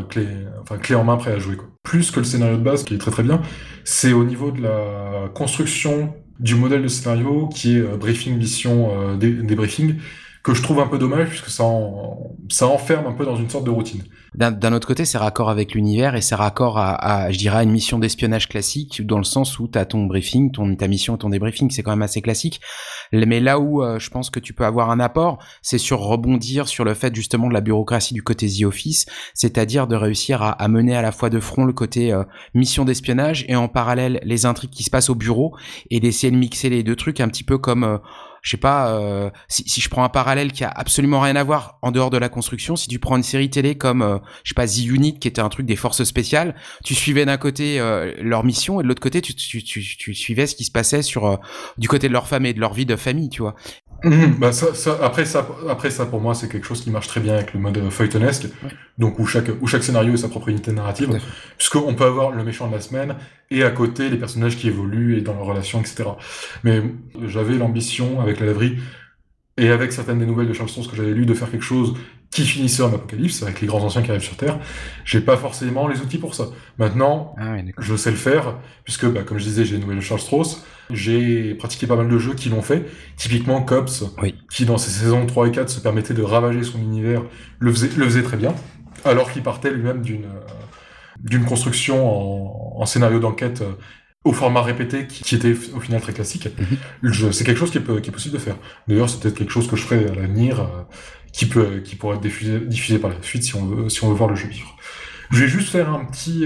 en main prêt à jouer, quoi. Plus que le scénario de base qui est très très bien, c'est au niveau de la construction du modèle de scénario qui est briefing, mission, débriefing, que je trouve un peu dommage, puisque ça enferme un peu dans une sorte de routine. D'un autre côté, c'est raccord avec l'univers et c'est raccord je dirais, à une mission d'espionnage classique, dans le sens où t'as ton briefing, ta mission et ton débriefing, c'est quand même assez classique. Mais là où je pense que tu peux avoir un apport, c'est sur rebondir sur le fait justement de la bureaucratie du côté The Office, c'est-à-dire de réussir à mener à la fois de front le côté mission d'espionnage et en parallèle les intrigues qui se passent au bureau, et d'essayer de mixer les deux trucs un petit peu comme... je sais pas, si je prends un parallèle qui a absolument rien à voir en dehors de la construction, si tu prends une série télé comme, je sais pas, The Unit, qui était un truc des forces spéciales, tu suivais d'un côté leur mission et de l'autre côté tu suivais ce qui se passait du côté de leur femme et de leur vie de famille, tu vois. Bah après ça pour moi c'est quelque chose qui marche très bien avec le mode feuilletonesque, ouais. Donc où chaque scénario est sa propre unité narrative, puisqu'on peut avoir le méchant de la semaine et à côté les personnages qui évoluent et dans leurs relations, etc. Mais j'avais l'ambition avec la laverie et avec certaines des nouvelles de Charles Stross que j'avais lues de faire quelque chose qui finissait en apocalypse avec les grands anciens qui arrivent sur Terre. J'ai pas forcément les outils pour ça. Maintenant, je sais le faire, puisque comme je disais, j'ai les nouvelles de Charles Stross. J'ai pratiqué pas mal de jeux qui l'ont fait. Typiquement Cops, qui dans ses saisons 3 et 4 se permettait de ravager son univers, le faisait très bien, alors qu'il partait lui-même d'une construction en scénario d'enquête au format répété qui était au final très classique. C'est quelque chose qui est possible de faire. D'ailleurs, c'est peut-être quelque chose que je ferai à l'avenir, qui pourrait être diffusé par la suite si on veut voir le jeu vivre. Je vais juste faire un petit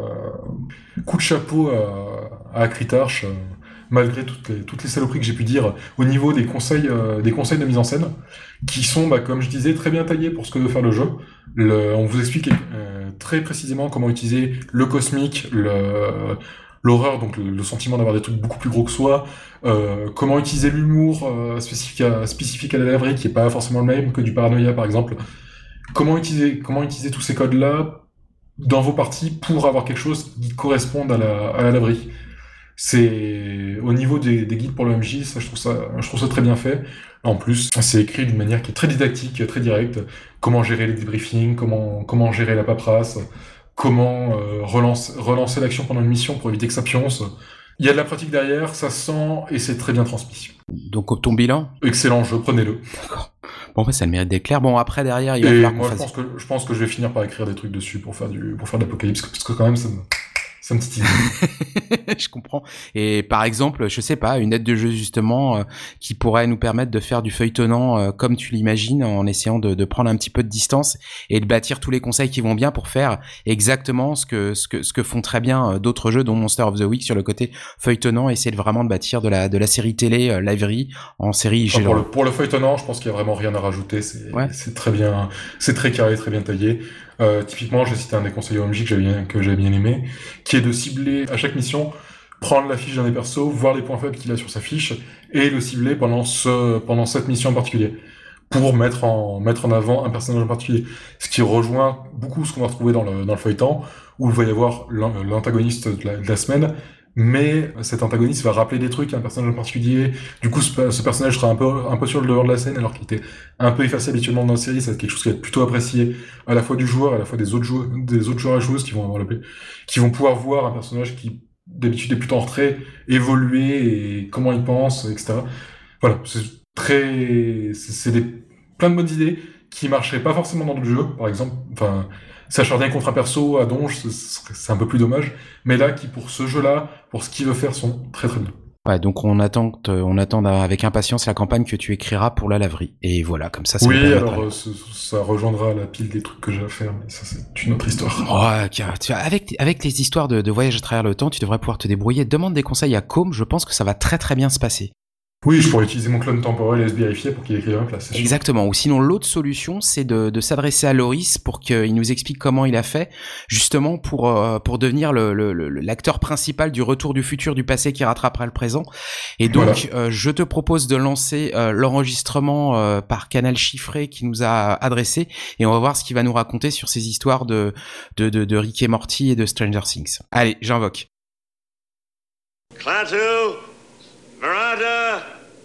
coup de chapeau à Acritarch, malgré toutes les saloperies que j'ai pu dire au niveau des conseils de mise en scène, qui sont, comme je disais, très bien taillés pour ce que veut faire le jeu. On vous explique très précisément comment utiliser le cosmique, l'horreur, donc le sentiment d'avoir des trucs beaucoup plus gros que soi, comment utiliser l'humour spécifique à la laverie, qui est pas forcément le même que du paranoïa par exemple, comment utiliser tous ces codes-là dans vos parties pour avoir quelque chose qui corresponde à la laverie. C'est au niveau des guides pour le MJ, ça je trouve ça très bien fait. En plus, c'est écrit d'une manière qui est très didactique, très directe. Comment gérer les débriefings, comment gérer la paperasse, comment relancer l'action pendant une mission pour éviter que ça pionce. Il y a de la pratique derrière, ça sent, et c'est très bien transmis. Donc ton bilan ? Excellent jeu, prenez-le. D'accord. Bon, après, ça le mérite d'être clair. Bon, après, derrière, il va falloir qu'on fasse... je pense que je vais finir par écrire des trucs dessus pour faire de l'Apocalypse, parce que quand même, ça me titille. Je comprends. Et par exemple, je sais pas, une aide de jeu justement qui pourrait nous permettre de faire du feuilletonnant comme tu l'imagines, en essayant de prendre un petit peu de distance et de bâtir tous les conseils qui vont bien pour faire exactement ce que font très bien d'autres jeux, dont Monster of the Week sur le côté feuilletonnant, essayer vraiment de bâtir de la série télé laverie en série. Pour le feuilletonnant, je pense qu'il y a vraiment rien à rajouter. C'est très bien, c'est très carré, très bien taillé. Typiquement, je vais citer un des conseils OMJ que j'avais bien aimé, qui est de cibler à chaque mission, prendre la fiche d'un des persos, voir les points faibles qu'il a sur sa fiche, et le cibler pendant cette mission en particulier, pour mettre en avant un personnage en particulier. Ce qui rejoint beaucoup ce qu'on va retrouver dans le feuilleton, où il va y avoir l'antagoniste de la semaine, mais cet antagoniste va rappeler des trucs à un personnage en particulier. Du coup, ce personnage sera un peu sur le devant de la scène, alors qu'il était un peu effacé habituellement dans la série. C'est quelque chose qui va être plutôt apprécié à la fois du joueur, à la fois des autres joueurs et joueuses qui vont pouvoir voir un personnage qui d'habitude est plutôt en retrait, évoluer et comment il pense, etc. Voilà, c'est plein de bonnes idées qui marcheraient pas forcément dans le jeu, par exemple. Enfin, s'acharner contre un perso à donge, c'est un peu plus dommage, mais là, qui pour ce jeu-là, pour ce qu'il veut faire, sont très très bien. Ouais, donc on attend avec impatience la campagne que tu écriras pour la laverie. Et voilà, comme ça Oui, nous permettra. alors ça rejoindra la pile des trucs que j'ai à faire, mais ça c'est une autre histoire. Ouais, avec les histoires de voyage à travers le temps, tu devrais pouvoir te débrouiller. Demande des conseils à Com, je pense que ça va très très bien se passer. Oui, je pourrais utiliser mon clone temporel et se vérifier pour qu'il écrive à ma place, c'est sûr. Exactement. Ou sinon, l'autre solution, c'est de s'adresser à Loris pour qu'il nous explique comment il a fait, justement pour devenir l'acteur principal du retour du futur du passé qui rattrapera le présent. Et donc, Voilà. je te propose de lancer l'enregistrement par canal chiffré qui nous a adressé, et on va voir ce qu'il va nous raconter sur ces histoires de Rick et Morty et de Stranger Things. Allez, j'invoque. Klaatu, Miranda.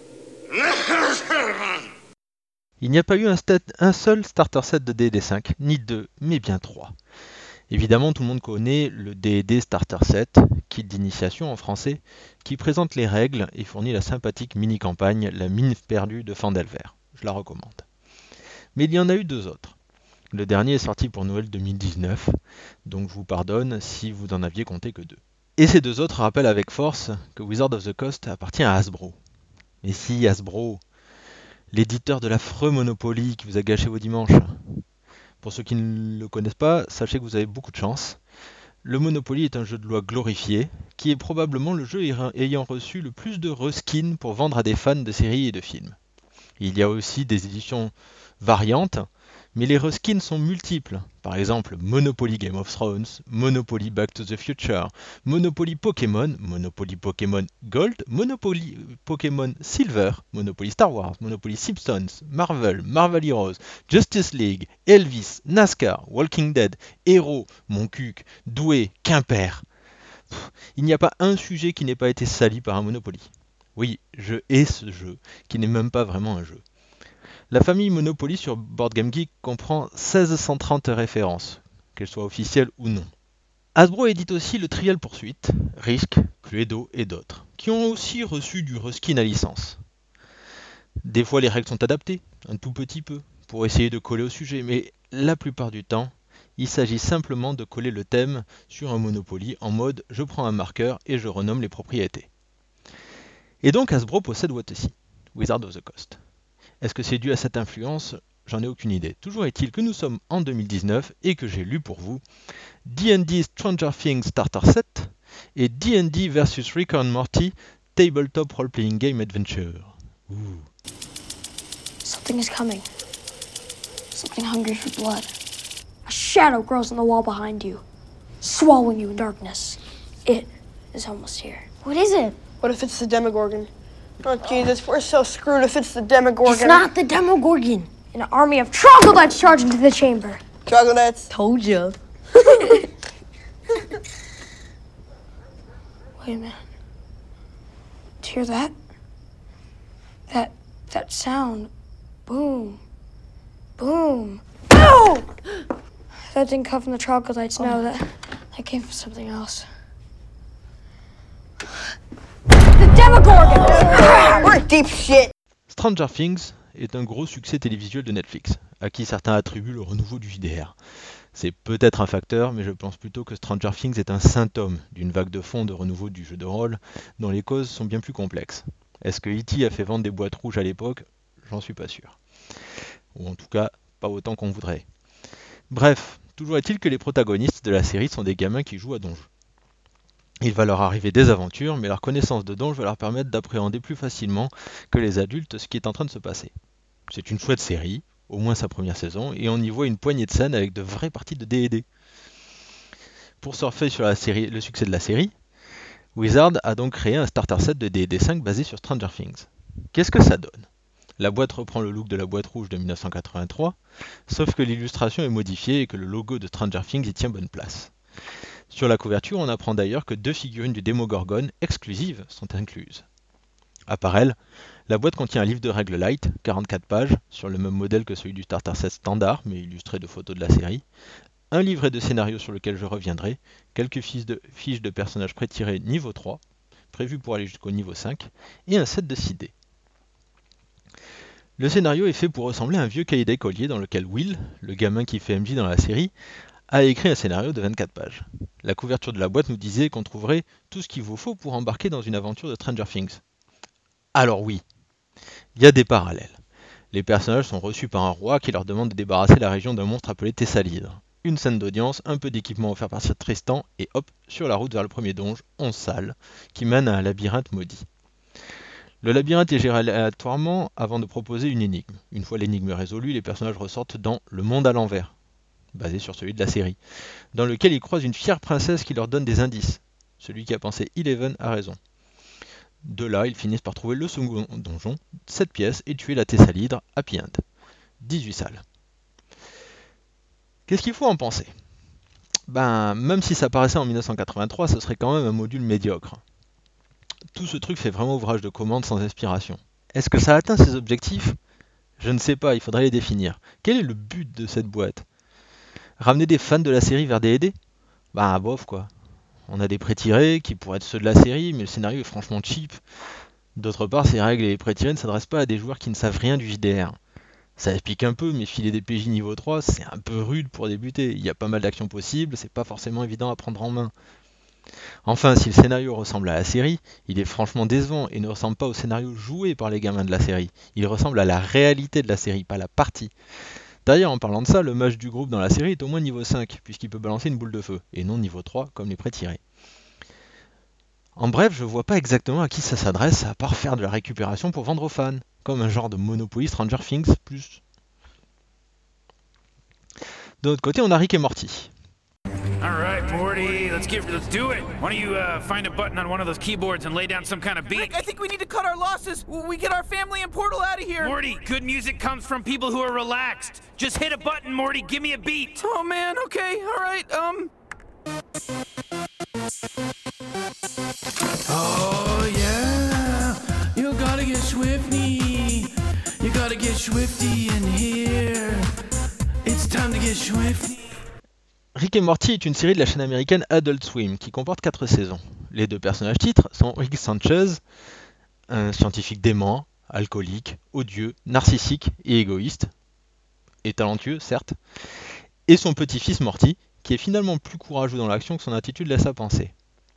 Il n'y a pas eu un seul starter set de D&D 5, ni deux, mais bien trois. Évidemment, tout le monde connaît le D&D Starter Set, kit d'initiation en français, qui présente les règles et fournit la sympathique mini-campagne La mine perdue de Phandelver. Je la recommande. Mais il y en a eu deux autres. Le dernier est sorti pour Noël 2019, donc je vous pardonne si vous n'en aviez compté que deux. Et ces deux autres rappellent avec force que Wizard of the Coast appartient à Hasbro. Mais si, Hasbro, l'éditeur de l'affreux Monopoly qui vous a gâché vos dimanches. Pour ceux qui ne le connaissent pas, sachez que vous avez beaucoup de chance. Le Monopoly est un jeu de loi glorifié, qui est probablement le jeu ayant reçu le plus de reskins pour vendre à des fans de séries et de films. Il y a aussi des éditions variantes, mais les reskins sont multiples. Par exemple, Monopoly Game of Thrones, Monopoly Back to the Future, Monopoly Pokémon, Monopoly Pokémon Gold, Monopoly Pokémon Silver, Monopoly Star Wars, Monopoly Simpsons, Marvel, Marvel Heroes, Justice League, Elvis, NASCAR, Walking Dead, Hero, Moncuq, Douai, Quimper. Il n'y a pas un sujet qui n'ait pas été sali par un Monopoly. Oui, je hais ce jeu, qui n'est même pas vraiment un jeu. La famille Monopoly sur Board Game Geek comprend 1630 références, qu'elles soient officielles ou non. Hasbro édite aussi le Trial Pursuit, Risk, Cluedo et d'autres, qui ont aussi reçu du reskin à licence. Des fois les règles sont adaptées, un tout petit peu, pour essayer de coller au sujet, mais la plupart du temps, il s'agit simplement de coller le thème sur un Monopoly en mode je prends un marqueur et je renomme les propriétés. Et donc Hasbro possède Wotesi, Wizard of the Coast. Est-ce que c'est dû à cette influence? J'en ai aucune idée. Toujours est-il que nous sommes en 2019 et que j'ai lu pour vous D&D Stranger Things Starter Set et D&D vs Rick and Morty Tabletop Role-Playing Game Adventure. Ouh. Something is coming. Something hungry for blood. A shadow grows on the wall behind you, swallowing you in darkness. It is almost here. What is it? What if it's the Demogorgon? Oh, Jesus, we're so screwed if it's the Demogorgon. It's not the Demogorgon. An army of troglodytes charge into the chamber. Troglodytes. Told you. Wait a minute. Do you hear that? That sound. Boom. Boom. Boom! That didn't come from the troglodytes, no. That came from something else. The Demogorgon! We're in deep shit. Stranger Things est un gros succès télévisuel de Netflix, à qui certains attribuent le renouveau du JDR. C'est peut-être un facteur, mais je pense plutôt que Stranger Things est un symptôme d'une vague de fond de renouveau du jeu de rôle, dont les causes sont bien plus complexes. Est-ce que E.T. a fait vendre des boîtes rouges à l'époque? J'en suis pas sûr. Ou en tout cas, pas autant qu'on voudrait. Bref, toujours est-il que les protagonistes de la série sont des gamins qui jouent à Donjons. Il va leur arriver des aventures, mais leur connaissance de Donjons va leur permettre d'appréhender plus facilement que les adultes ce qui est en train de se passer. C'est une chouette série, au moins sa première saison, et on y voit une poignée de scènes avec de vraies parties de D&D. Pour surfer sur le succès de la série, Wizard a donc créé un starter set de D&D 5 basé sur Stranger Things. Qu'est-ce que ça donne? La boîte reprend le look de la boîte rouge de 1983, sauf que l'illustration est modifiée et que le logo de Stranger Things y tient bonne place. Sur la couverture, on apprend d'ailleurs que 2 figurines du Demogorgon exclusives sont incluses. À part elle, la boîte contient un livre de règles light, 44 pages, sur le même modèle que celui du starter set standard, mais illustré de photos de la série, un livret de scénario sur lequel je reviendrai, quelques fiches de personnages pré-tirés niveau 3, prévues pour aller jusqu'au niveau 5, et un set de 6 dés. Le scénario est fait pour ressembler à un vieux cahier d'écolier dans lequel Will, le gamin qui fait MJ dans la série, a écrit un scénario de 24 pages. La couverture de la boîte nous disait qu'on trouverait tout ce qu'il vous faut pour embarquer dans une aventure de Stranger Things. Alors oui, il y a des parallèles. Les personnages sont reçus par un roi qui leur demande de débarrasser la région d'un monstre appelé Tessalidre. Une scène d'audience, un peu d'équipement offert par Sir Tristan, et hop, sur la route vers le premier donjon, 11 salles, qui mène à un labyrinthe maudit. Le labyrinthe est géré aléatoirement avant de proposer une énigme. Une fois l'énigme résolue, les personnages ressortent dans Le Monde à l'envers, basé sur celui de la série, dans lequel ils croisent une fière princesse qui leur donne des indices. Celui qui a pensé Eleven a raison. De là, ils finissent par trouver le second donjon, 7 pièces, et tuer la Tessalidre, Happy End. 18 salles. Qu'est-ce qu'il faut en penser ? Même si ça paraissait en 1983, ce serait quand même un module médiocre. Tout ce truc fait vraiment ouvrage de commande sans inspiration. Est-ce que ça atteint ses objectifs ? Je ne sais pas, il faudrait les définir. Quel est le but de cette boîte ? Ramener des fans de la série vers D&D ? Bof quoi. On a des pré-tirés qui pourraient être ceux de la série, mais le scénario est franchement cheap. D'autre part, ces règles et les pré-tirés ne s'adressent pas à des joueurs qui ne savent rien du JDR. Ça explique un peu, mais filer des PJ niveau 3, c'est un peu rude pour débuter. Il y a pas mal d'actions possibles, c'est pas forcément évident à prendre en main. Enfin, si le scénario ressemble à la série, il est franchement décevant et ne ressemble pas au scénario joué par les gamins de la série. Il ressemble à la réalité de la série, pas la partie. D'ailleurs, en parlant de ça, le mage du groupe dans la série est au moins niveau 5, puisqu'il peut balancer une boule de feu, et non niveau 3 comme les pré-tirés. En bref, je vois pas exactement à qui ça s'adresse, à part faire de la récupération pour vendre aux fans, comme un genre de Monopoly Stranger Things plus. De l'autre côté, on a Rick et Morty. Alright, Morty, let's do it. Why don't you find a button on one of those keyboards and lay down some kind of beat? Rick, I think we need to cut our losses. We get our family and Portal out of here. Morty, good music comes from people who are relaxed. Just hit a button, Morty. Give me a beat. Oh man, okay, alright, Oh yeah, you gotta get swifty. You gotta get swifty in here. It's time to get swifty. Rick et Morty est une série de la chaîne américaine Adult Swim qui comporte 4 saisons. Les 2 personnages titres sont Rick Sanchez, un scientifique dément, alcoolique, odieux, narcissique et égoïste, et talentueux certes, et son petit-fils Morty, qui est finalement plus courageux dans l'action que son attitude laisse à penser.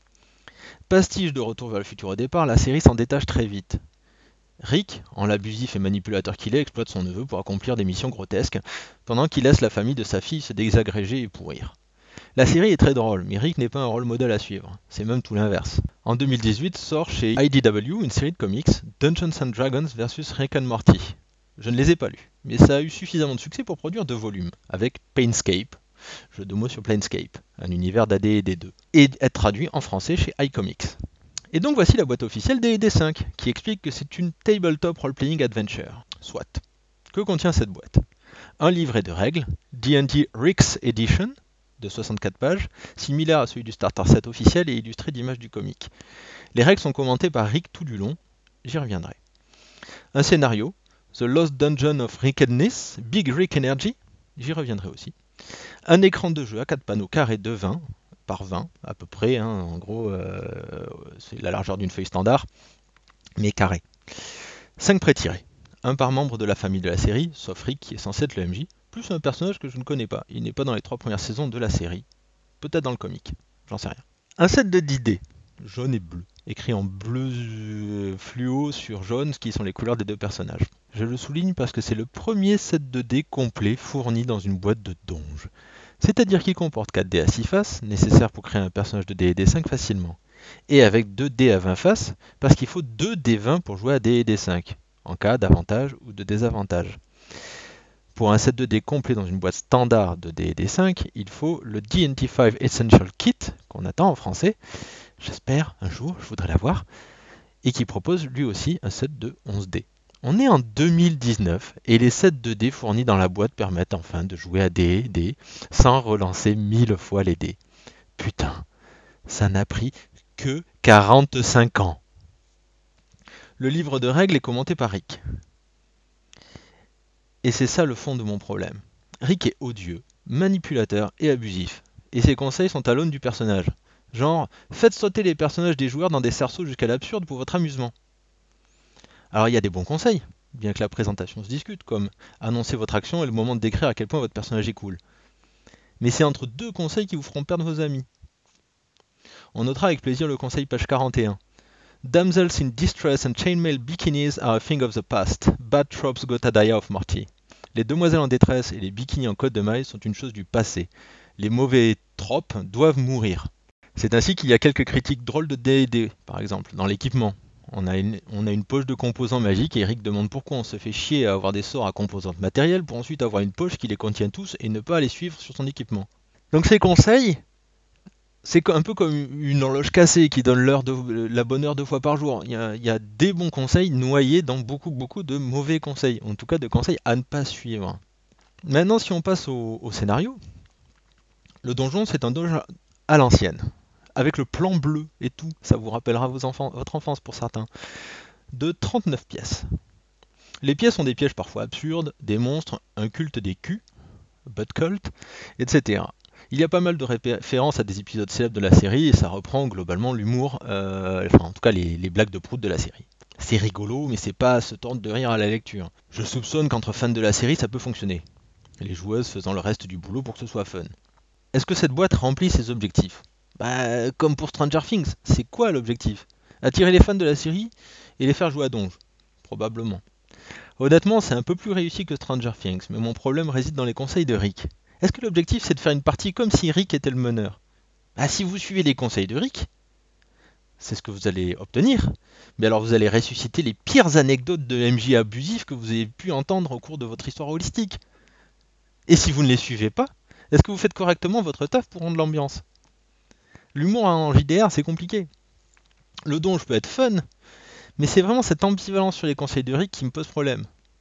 Pastiche de Retour vers le futur au départ, la série s'en détache très vite. Rick, en l'abusif et manipulateur qu'il est, exploite son neveu pour accomplir des missions grotesques, pendant qu'il laisse la famille de sa fille se désagréger et pourrir. La série est très drôle, mais Rick n'est pas un rôle modèle à suivre, c'est même tout l'inverse. En 2018 sort chez IDW une série de comics, Dungeons & Dragons vs Rick and Morty. Je ne les ai pas lus, mais ça a eu suffisamment de succès pour produire 2 volumes, avec Planescape, jeu de mots sur Planescape, un univers d'AD et D2, et être traduit en français chez iComics. Et donc voici la boîte officielle D&D 5, qui explique que c'est une tabletop role-playing adventure. Soit. Que contient cette boîte ? Un livret de règles, D&D Rick's Edition, de 64 pages, similaire à celui du starter set officiel et illustré d'images du comic. Les règles sont commentées par Rick tout du long, j'y reviendrai. Un scénario, The Lost Dungeon of Rickedness, Big Rick Energy, j'y reviendrai aussi. Un écran de jeu à 4 panneaux carrés de 20 par 20 à peu près, en gros c'est la largeur d'une feuille standard, mais carré. 5 pré-tirés, un par membre de la famille de la série, sauf Rick qui est censé être le MJ, plus un personnage que je ne connais pas, il n'est pas dans les 3 premières saisons de la série, peut-être dans le comic, j'en sais rien. Un set de 10 dés, jaune et bleu, écrit en bleu fluo sur jaune, qui sont les couleurs des 2 personnages. Je le souligne parce que c'est le premier set de dés complet fourni dans une boîte de donge. C'est-à-dire qu'il comporte 4 dés à 6 faces, nécessaires pour créer un personnage de D&D 5 facilement. Et avec 2 dés à 20 faces, parce qu'il faut 2 dés 20 pour jouer à D&D 5, en cas d'avantage ou de désavantage. Pour un set de dés complet dans une boîte standard de D&D 5, il faut le D&D 5 Essential Kit, qu'on attend en français, j'espère un jour, je voudrais l'avoir, et qui propose lui aussi un set de 11 dés. On est en 2019 et les sets de dés fournis dans la boîte permettent enfin de jouer à D&D sans relancer 1000 fois les dés. Putain, ça n'a pris que 45 ans. Le livre de règles est commenté par Rick. Et c'est ça le fond de mon problème. Rick est odieux, manipulateur et abusif. Et ses conseils sont à l'aune du personnage. Genre, faites sauter les personnages des joueurs dans des cerceaux jusqu'à l'absurde pour votre amusement. Alors il y a des bons conseils, bien que la présentation se discute, comme annoncer votre action et le moment de décrire à quel point votre personnage est cool. Mais c'est entre 2 conseils qui vous feront perdre vos amis. On notera avec plaisir le conseil page 41. Damsels in distress and chainmail bikinis are a thing of the past. Bad tropes gotta die of Morty. Les demoiselles en détresse et les bikinis en côte de maille sont une chose du passé. Les mauvais tropes doivent mourir. C'est ainsi qu'il y a quelques critiques drôles de D&D, par exemple, dans l'équipement. On a une poche de composants magiques et Eric demande pourquoi on se fait chier à avoir des sorts à composantes matérielles pour ensuite avoir une poche qui les contient tous et ne pas les suivre sur son équipement. Donc ces conseils, c'est un peu comme une horloge cassée qui donne la bonne heure 2 fois par jour. Il y a des bons conseils noyés dans beaucoup de mauvais conseils, en tout cas de conseils à ne pas suivre. Maintenant, si on passe au scénario, le donjon, c'est un donjon à l'ancienne, avec le plan bleu et tout, ça vous rappellera votre enfance pour certains, de 39 pièces. Les pièces ont des pièges parfois absurdes, des monstres, un culte des culs, butt cult, etc. Il y a pas mal de références à des épisodes célèbres de la série et ça reprend globalement l'humour, en tout cas les blagues de prout de la série. C'est rigolo, mais c'est pas à se tordre de rire à la lecture. Je soupçonne qu'entre fans de la série, ça peut fonctionner. Les joueuses faisant le reste du boulot pour que ce soit fun. Est-ce que cette boîte remplit ses objectifs ? Comme pour Stranger Things, c'est quoi l'objectif ? Attirer les fans de la série et les faire jouer à Donj ? Probablement. Honnêtement, c'est un peu plus réussi que Stranger Things, mais mon problème réside dans les conseils de Rick. Est-ce que l'objectif c'est de faire une partie comme si Rick était le meneur ? Si vous suivez les conseils de Rick, c'est ce que vous allez obtenir, mais alors vous allez ressusciter les pires anecdotes de MJ abusifs que vous avez pu entendre au cours de votre histoire holistique. Et si vous ne les suivez pas, est-ce que vous faites correctement votre taf pour rendre l'ambiance ? L'humour en JDR, c'est compliqué. Le donjon peut être fun, mais c'est vraiment cette ambivalence sur les conseils de Rick qui me pose problème.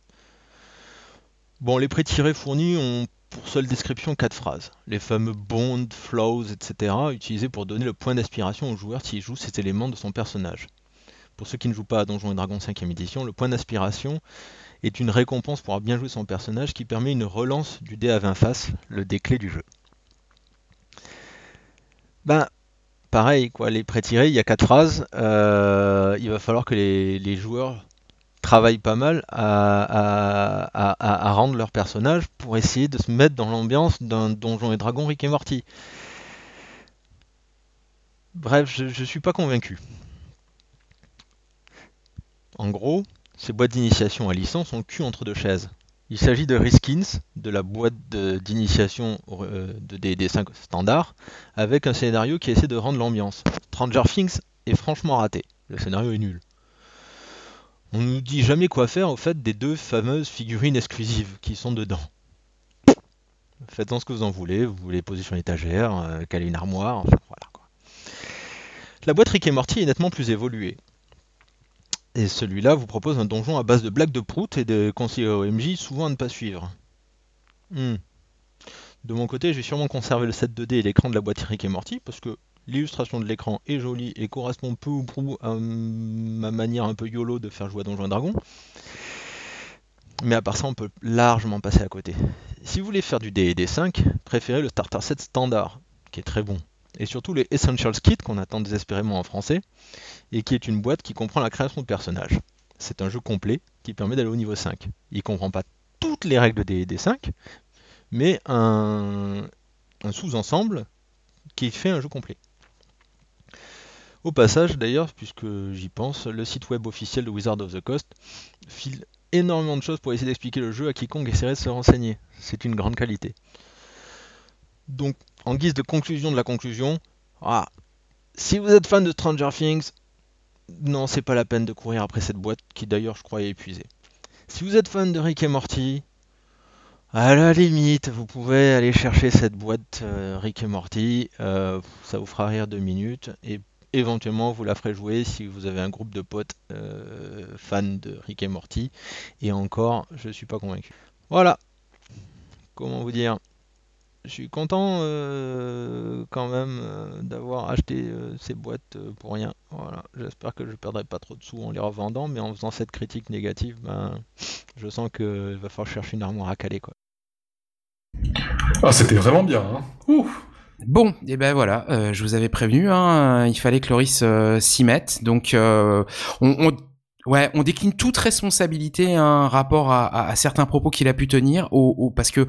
Bon, les pré-tirés fournis ont pour seule description 4 phrases. Les fameux bonds, flows, etc. utilisés pour donner le point d'aspiration au joueur s'il joue ces éléments de son personnage. Pour ceux qui ne jouent pas à Donjons & Dragons 5ème édition, le point d'aspiration est une récompense pour avoir bien joué son personnage qui permet une relance du dé à 20 faces, le dé clé du jeu. Pareil, quoi, les pré-tirés, il y a 4 phrases. Il va falloir que les joueurs travaillent pas mal à rendre leur personnage pour essayer de se mettre dans l'ambiance d'un Donjons et Dragons Rick et Morty. Bref, je suis pas convaincu. En gros, ces boîtes d'initiation à licence ont le cul entre 2 chaises. Il s'agit de Riskins, de la boîte d'initiation de D&D 5 standard, avec un scénario qui essaie de rendre l'ambiance. Stranger Things est franchement raté, le scénario est nul. On nous dit jamais quoi faire au fait des 2 fameuses figurines exclusives qui sont dedans. Faites-en ce que vous en voulez, vous voulez poser sur l'étagère, caler une armoire, enfin voilà quoi. La boîte Rick et Morty est nettement plus évoluée. Et celui-là vous propose un donjon à base de blagues de prout et de conseils OMJ souvent à ne pas suivre. De mon côté, j'ai sûrement conservé le set 2D et l'écran de la boîte Rick et Morty, parce que l'illustration de l'écran est jolie et correspond peu ou prou à ma manière un peu YOLO de faire jouer à Donjons & Dragons. Mais à part ça, on peut largement passer à côté. Si vous voulez faire du D&D 5, préférez le starter set standard, qui est très bon. Et surtout les Essentials Kit qu'on attend désespérément en français, et qui est une boîte qui comprend la création de personnages. C'est un jeu complet qui permet d'aller au niveau 5. Il ne comprend pas toutes les règles des 5, mais un sous-ensemble qui fait un jeu complet. Au passage d'ailleurs, puisque j'y pense, le site web officiel de Wizard of the Coast file énormément de choses pour essayer d'expliquer le jeu à quiconque essaierait de se renseigner. C'est une grande qualité. Donc, en guise de conclusion de la conclusion, si vous êtes fan de Stranger Things, non, c'est pas la peine de courir après cette boîte qui d'ailleurs je crois est épuisée. Si vous êtes fan de Rick et Morty, à la limite, vous pouvez aller chercher cette boîte Rick et Morty, ça vous fera rire 2 minutes et éventuellement vous la ferez jouer si vous avez un groupe de potes fans de Rick et Morty. Et encore, je suis pas convaincu. Voilà. Comment vous dire ? Je suis content quand même d'avoir acheté ces boîtes pour rien. Voilà. J'espère que je ne perdrai pas trop de sous en les revendant, mais en faisant cette critique négative, je sens qu'il va falloir chercher une armoire à caler, quoi. C'était vraiment bien, hein. Ouf. Bon, et ben voilà, je vous avais prévenu, il fallait que Loris s'y mette. Donc, Ouais, on décline toute responsabilité hein, rapport à certains propos qu'il a pu tenir, parce que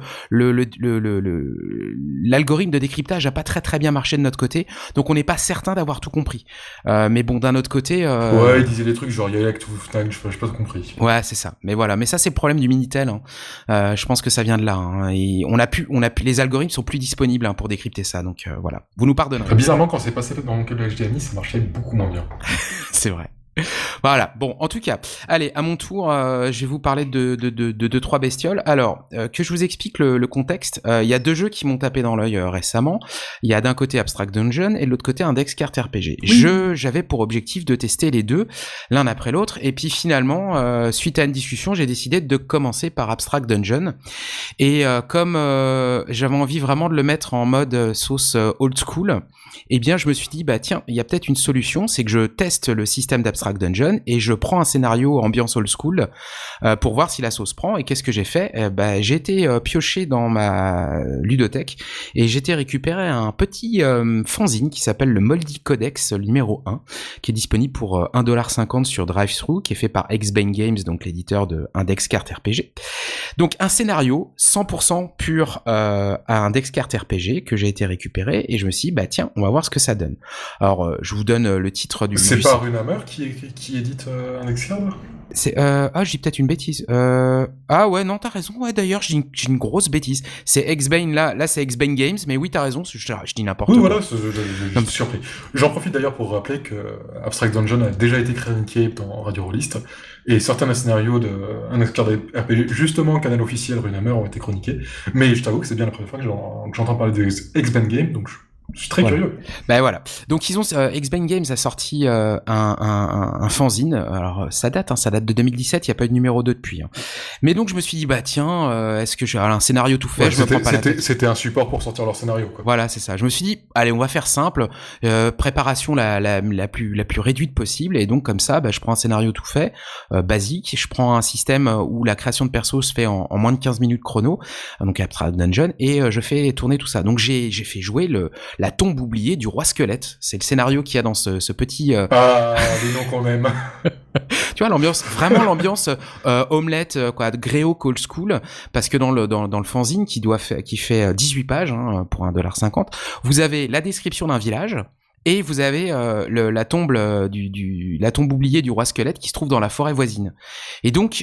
l'algorithme de décryptage a pas très bien marché de notre côté, donc on n'est pas certain d'avoir tout compris. Mais bon, d'un autre côté... Ouais, il disait des trucs genre Yayak, tout Fnac, je pas tout compris. Ouais, c'est ça. Mais voilà, mais ça c'est le problème du Minitel. Hein. Je pense que ça vient de là. Hein. Et on a pu, les algorithmes sont plus disponibles hein, pour décrypter ça, donc voilà. Vous nous pardonnerez. Bizarrement, quand c'est passé dans le HDMI, ça marchait beaucoup moins bien. C'est vrai. Voilà. Bon, en tout cas, allez, à mon tour, je vais vous parler de trois bestioles. Alors, que je vous explique le contexte. Il y a deux jeux qui m'ont tapé dans l'œil récemment. Il y a d'un côté Abstract Dungeon et de l'autre côté Index Card RPG. Oui. J'avais pour objectif de tester les deux, l'un après l'autre. Et puis finalement, suite à une discussion, j'ai décidé de commencer par Abstract Dungeon. Et comme j'avais envie vraiment de le mettre en mode sauce old school, eh bien, je me suis dit, bah tiens, il y a peut-être une solution, c'est que je teste le système d'Abstract Dungeon et je prends un scénario ambiance old school pour voir si la sauce prend. Et qu'est-ce que j'ai fait ? J'ai été pioché dans ma ludothèque et j'ai été récupérer un petit fanzine qui s'appelle le Moldy Codex numéro 1, qui est disponible pour 1,50$ sur DriveThru, qui est fait par X-Bane Games, donc l'éditeur de Index Card RPG. Donc un scénario 100% pur à Index Card RPG que j'ai été récupéré et je me suis dit, bah tiens, on va voir ce que ça donne. Alors, je vous donne le titre du... C'est pas Runehammer qui édite Index Card ? C'est je dis peut-être une bêtise. Ah ouais, non, t'as raison. Ouais, d'ailleurs, j'ai une grosse bêtise. C'est X-Bane là c'est X-Bane Games, mais oui, t'as raison, je dis n'importe quoi. Oui, voilà, je suis surpris. J'en profite d'ailleurs pour rappeler que Abstract Dungeon a déjà été chroniqué dans Radio Rollist, et certains scénarios de Index Card RPG, justement, canal officiel Runehammer, ont été chroniqués, mais je t'avoue que c'est bien la première fois que j'entends parler de X-Bane Games, donc je suis très curieux. Ben voilà. Donc ils ont X-Bane Games a sorti un fanzine. Alors ça date de 2017. Il y a pas eu de numéro 2 depuis. Hein. Mais donc je me suis dit bah tiens, est-ce que j'ai un scénario tout fait ? Je me prends pas la tête. C'était un support pour sortir leur scénario. Quoi. Voilà, c'est ça. Je me suis dit allez, on va faire simple. Préparation la plus réduite possible. Et donc comme ça, je prends un scénario tout fait, basique. Je prends un système où la création de perso se fait en moins de 15 minutes chrono. Donc Abstract Dungeon et je fais tourner tout ça. Donc j'ai fait jouer la tombe oubliée du roi squelette. C'est le scénario qu'il y a dans ce petit... Ah, les noms qu'on aime. Tu vois, l'ambiance omelette, quoi, gréo old school, parce que dans le fanzine qui fait 18 pages, hein, pour 1,50$, vous avez la description d'un village, et vous avez la tombe la tombe oubliée du roi squelette qui se trouve dans la forêt voisine. Et donc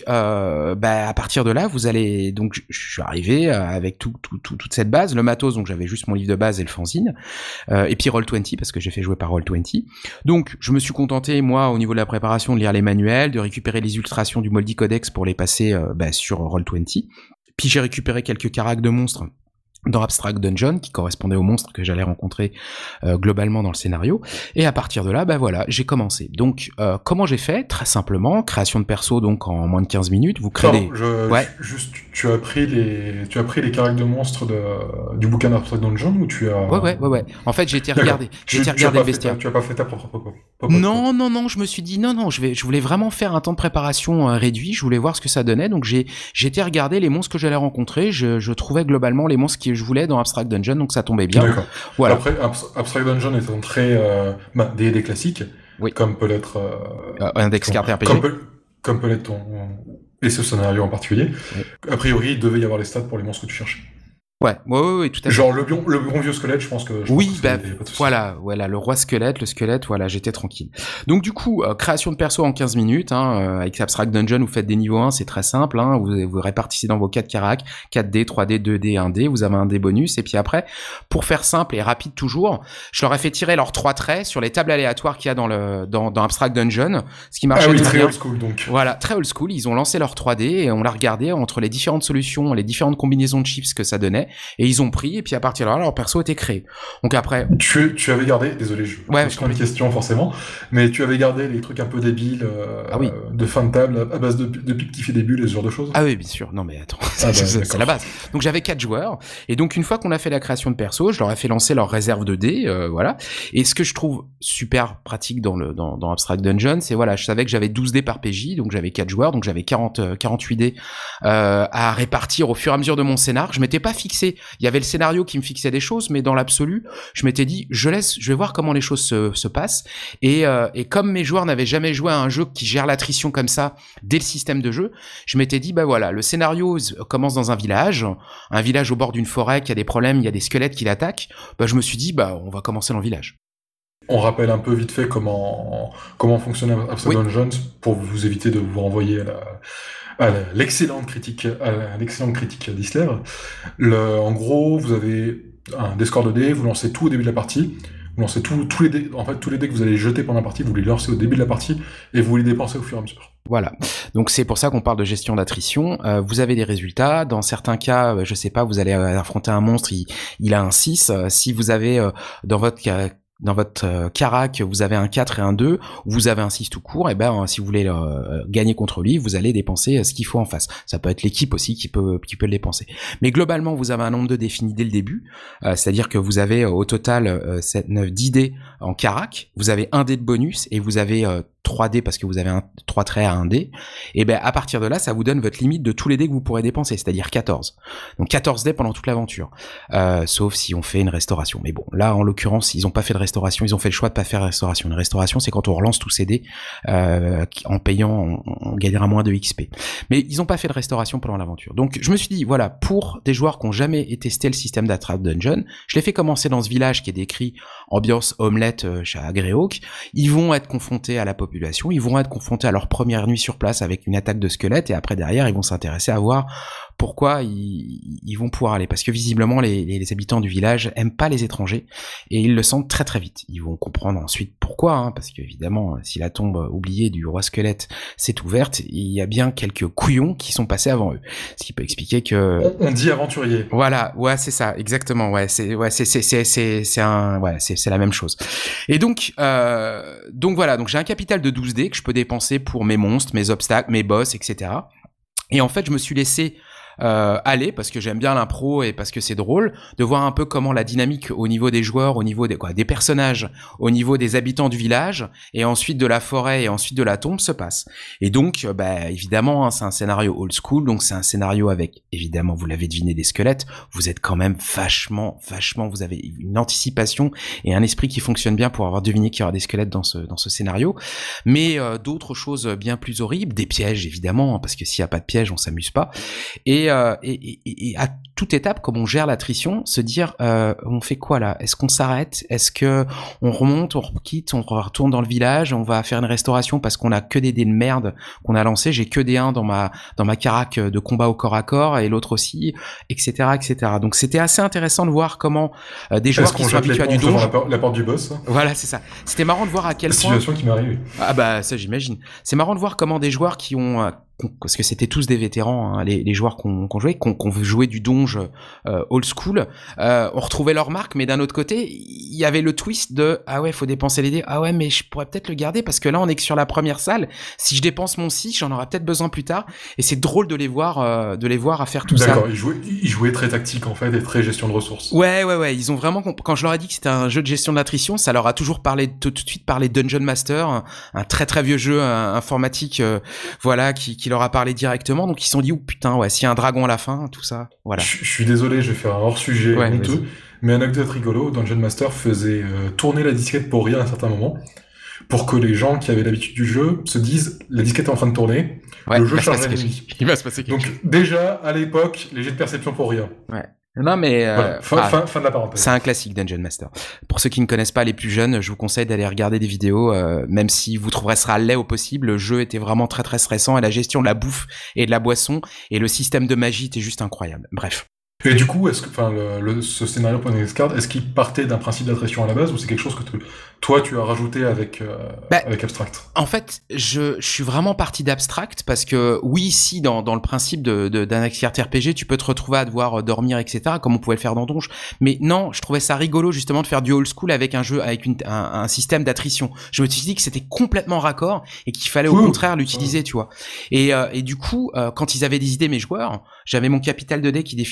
à partir de là, vous allez donc je suis arrivé avec toute cette base, le matos, donc j'avais juste mon livre de base et le fanzine, et puis Roll20 parce que j'ai fait jouer par Roll20. Donc je me suis contenté moi au niveau de la préparation de lire les manuels, de récupérer les illustrations du Moldy Codex pour les passer sur Roll20. Puis j'ai récupéré quelques caracs de monstres dans Abstract Dungeon, qui correspondait aux monstres que j'allais rencontrer globalement dans le scénario. Et à partir de là, voilà, j'ai commencé. Donc, comment j'ai fait ? Très simplement, création de perso, donc en moins de 15 minutes, vous créez Juste, tu as pris les caractères de monstres du bouquin d'Abstract Dungeon, ou tu as... Ouais. En fait, j'ai été regarder le bestiaire. Tu as pas fait ta propre popote. Non, je me suis dit, non, je voulais vraiment faire un temps de préparation réduit, je voulais voir ce que ça donnait, donc j'ai été regarder les monstres que j'allais rencontrer, je trouvais globalement les monstres que je voulais dans Abstract Dungeon, donc ça tombait bien. D'accord. Voilà. Après, Abstract Dungeon étant très des classiques, oui. Comme peut l'être Index Card RPG, comme peut l'être et ce scénario en particulier. Oui. A priori, il devait y avoir les stats pour les monstres que tu cherches. Ouais, tout à fait. Genre le bon vieux squelette, je pense que... voilà, le roi squelette, voilà, j'étais tranquille. Donc du coup, création de perso en 15 minutes, hein, avec Abstract Dungeon, vous faites des niveaux 1, c'est très simple, hein, vous répartissez dans vos 4 caracs, 4D, 3D, 2D, 1D, vous avez un dé bonus, et puis après, pour faire simple et rapide toujours, je leur ai fait tirer leurs 3 traits sur les tables aléatoires qu'il y a dans Abstract Dungeon, ce qui marchait très bien. Old school, donc. Voilà, très old school, ils ont lancé leur 3D, et on l'a regardé entre les différentes solutions, les différentes combinaisons de chiffres que ça donnait, et ils ont pris, et puis à partir de là, leur perso était créé. Donc après... Tu avais gardé, désolé, je prends les questions forcément, mais tu avais gardé les trucs un peu débiles, de fin de table, à base de pipe qui fait des bulles et ce genre de choses. Ah oui, bien sûr. Non mais attends, c'est la base. Donc j'avais 4 joueurs, et donc une fois qu'on a fait la création de perso, je leur ai fait lancer leur réserve de dés, voilà. Et ce que je trouve super pratique dans Abstract Dungeon, c'est voilà, je savais que j'avais 12 dés par PJ, donc j'avais 4 joueurs, donc j'avais 48 dés à répartir au fur et à mesure de mon scénar. Je m'étais pas fixé fixé. Il y avait le scénario qui me fixait des choses, mais dans l'absolu, je m'étais dit, je vais voir comment les choses se passent. Et comme mes joueurs n'avaient jamais joué à un jeu qui gère l'attrition comme ça dès le système de jeu, je m'étais dit, bah voilà, le scénario commence dans un village au bord d'une forêt qui a des problèmes, il y a des squelettes qui l'attaquent. Bah je me suis dit, bah on va commencer dans le village. On rappelle un peu vite fait comment fonctionne Abstract Dungeons pour vous éviter de vous renvoyer à l'excellente critique d'Isler. En gros, vous avez des scores de dés, vous lancez tout au début de la partie, vous lancez tous les dés, en fait tous les dés que vous allez jeter pendant la partie, vous les lancez au début de la partie et vous les dépensez au fur et à mesure. Voilà. Donc c'est pour ça qu'on parle de gestion d'attrition. Vous avez des résultats. Dans certains cas, je sais pas, vous allez affronter un monstre, il a un 6. Si vous avez dans votre carac, vous avez un 4 et un 2, vous avez un 6 tout court, et ben si vous voulez gagner contre lui, vous allez dépenser ce qu'il faut en face. Ça peut être l'équipe aussi qui peut le dépenser. Mais globalement, vous avez un nombre de défini dès le début, c'est-à-dire que vous avez au total 7, 9, 10 dés en carac, vous avez un dé de bonus et vous avez 3 dés parce que vous avez 3 traits à 1 dé, et ben à partir de là, ça vous donne votre limite de tous les dés que vous pourrez dépenser, c'est-à-dire 14. Donc 14 dés pendant toute l'aventure, sauf si on fait une restauration. Mais bon, là en l'occurrence, ils ont pas fait de restauration, ils ont fait le choix de pas faire de restauration. Une restauration, c'est quand on relance tous ces dés, en payant, on gagnera moins de XP. Mais ils ont pas fait de restauration pendant l'aventure. Donc je me suis dit, voilà, pour des joueurs qui ont jamais testé le système d'Abstract Dungeon, je les fais commencer dans ce village qui est décrit ambiance omelette chez Greyhawk. Ils vont être confrontés à la population, ils vont être confrontés à leur première nuit sur place avec une attaque de squelettes, et après derrière ils vont s'intéresser à voir pourquoi ils vont pouvoir aller, parce que visiblement les habitants du village aiment pas les étrangers et ils le sentent très très vite. Ils vont comprendre ensuite pourquoi, parce que évidemment si la tombe oubliée du roi squelette s'est ouverte, il y a bien quelques couillons qui sont passés avant eux, ce qui peut expliquer que on dit aventurier. Voilà, ouais, c'est ça, exactement, c'est la même chose. Et donc voilà, donc j'ai un capital de 12 dés que je peux dépenser pour mes monstres, mes obstacles, mes boss, etc. Et en fait, je me suis laissé aller parce que j'aime bien l'impro et parce que c'est drôle de voir un peu comment la dynamique au niveau des joueurs, au niveau des personnages, au niveau des habitants du village et ensuite de la forêt et ensuite de la tombe se passe. Et donc évidemment c'est un scénario old school, donc c'est un scénario avec évidemment, vous l'avez deviné, des squelettes. Vous êtes quand même vachement, vous avez une anticipation et un esprit qui fonctionne bien pour avoir deviné qu'il y aura des squelettes dans ce scénario. Mais d'autres choses bien plus horribles, des pièges évidemment, parce que s'il y a pas de pièges on s'amuse pas. Et à toute étape, comme on gère l'attrition, se dire on fait quoi là? Est-ce qu'on s'arrête? Est-ce que on remonte, on quitte, on retourne dans le village, on va faire une restauration parce qu'on a que des dés de merde qu'on a lancé. J'ai que des 1 dans ma carac de combat au corps à corps et l'autre aussi, etc., etc. Donc c'était assez intéressant de voir comment des joueurs qui sont habitués à du donjon, la porte du boss. Voilà, c'est ça. C'était marrant de voir à quel point. Situation qui m'est arrivée. Ah bah ça j'imagine. C'est marrant de voir comment des joueurs qui ont parce que c'était tous des vétérans, hein, les joueurs qu'on jouait, qu'on jouait du donge old school, on retrouvait leur marque, mais d'un autre côté, il y avait le twist de ah ouais, faut dépenser les dés, ah ouais, mais je pourrais peut-être le garder parce que là on est que sur la première salle. Si je dépense mon 6, j'en aurai peut-être besoin plus tard. Et c'est drôle de les voir à faire tout ça. D'accord, ils jouaient très tactique en fait et très gestion de ressources. Ouais, ils ont vraiment quand je leur ai dit que c'était un jeu de gestion d'attrition, ça leur a toujours parlé tout de suite parlé Dungeon Master, un très très vieux jeu informatique, voilà, qui leur a parlé directement. Donc ils se sont dit oh putain, ouais, s'il y a un dragon à la fin, tout ça, voilà. Je suis désolé, je vais faire un hors-sujet honteux, mais anecdote rigolo, Dungeon Master faisait tourner la disquette pour rien à un certain moment, pour que les gens qui avaient l'habitude du jeu se disent la disquette est en train de tourner, le jeu charge l'ennemi. Il va se passer quelque chose. Donc déjà, à l'époque, les jets de perception pour rien. Ouais. Non mais voilà, fin de la parenthèse. C'est un classique Dungeon Master. Pour ceux qui ne connaissent pas, les plus jeunes, je vous conseille d'aller regarder des vidéos, même si vous trouverez ça laid au possible. Le jeu était vraiment très très stressant et la gestion de la bouffe et de la boisson et le système de magie était juste incroyable. Bref. Et du coup, est-ce que, ce scénario Point Card, est-ce qu'il partait d'un principe d'attrition à la base ou c'est quelque chose que toi tu as rajouté avec Abstract? En fait, je suis vraiment parti d'Abstract parce que oui, si dans le principe d'un action RPG, tu peux te retrouver à devoir dormir, etc., comme on pouvait le faire dans Donjon. Mais non, je trouvais ça rigolo justement de faire du old school avec un jeu avec un système d'attrition. Je me suis dit que c'était complètement raccord et qu'il fallait au contraire l'utiliser, tu vois. Et du coup, quand ils avaient des idées, mes joueurs, j'avais mon capital de dés qui définit. En fait,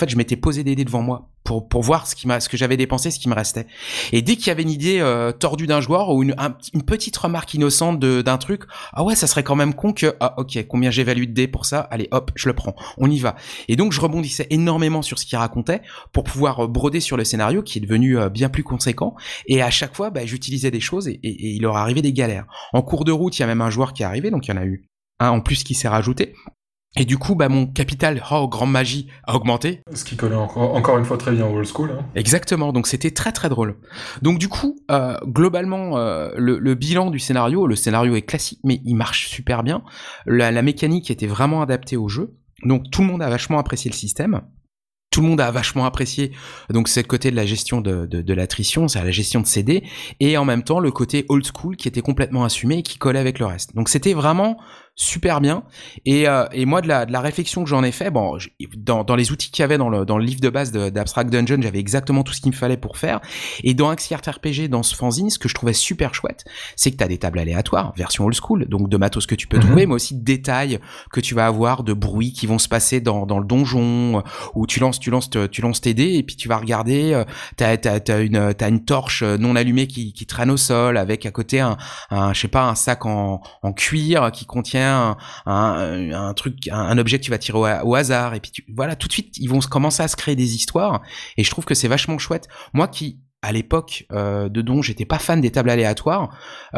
fait, je m'étais posé des dés devant moi pour voir ce que j'avais dépensé, ce qui me restait. Et dès qu'il y avait une idée tordue d'un joueur ou une petite remarque innocente d'un truc, ah ouais, ça serait quand même con que ok, combien j'évalue de dés pour ça, allez hop, je le prends, on y va. Et donc je rebondissais énormément sur ce qu'il racontait pour pouvoir broder sur le scénario qui est devenu bien plus conséquent. Et à chaque fois, j'utilisais des choses et il leur arrivait des galères. En cours de route, il y a même un joueur qui est arrivé, donc il y en a eu un en plus qui s'est rajouté. Et du coup, mon capital, grande magie, a augmenté. Ce qui collait encore une fois très bien au old school. Hein. Exactement, donc c'était très très drôle. Donc du coup, globalement, le bilan du scénario, le scénario est classique, mais il marche super bien. La mécanique était vraiment adaptée au jeu. Donc tout le monde a vachement apprécié le système. Tout le monde a vachement apprécié donc c'est le côté de la gestion de l'attrition, c'est la gestion de CD, et en même temps le côté old school qui était complètement assumé et qui collait avec le reste. Donc c'était vraiment super bien. Et moi de la réflexion que j'en ai fait, dans les outils qu'il y avait dans le livre de base d'Abstract Dungeon, j'avais exactement tout ce qu'il me fallait pour faire. Et dans Expert RPG, dans ce fanzine, ce que je trouvais super chouette, c'est que t'as des tables aléatoires, version old school, donc de matos que tu peux trouver, mais aussi de détails que tu vas avoir, de bruits qui vont se passer dans le donjon, où tu lances tes dés et puis tu vas regarder, t'as une torche non allumée qui traîne au sol avec à côté un sac en cuir qui contient un truc, un objet que tu vas tirer au hasard, et puis voilà, tout de suite ils vont commencer à se créer des histoires, et je trouve que c'est vachement chouette. Moi qui à l'époque de Don, j'étais pas fan des tables aléatoires.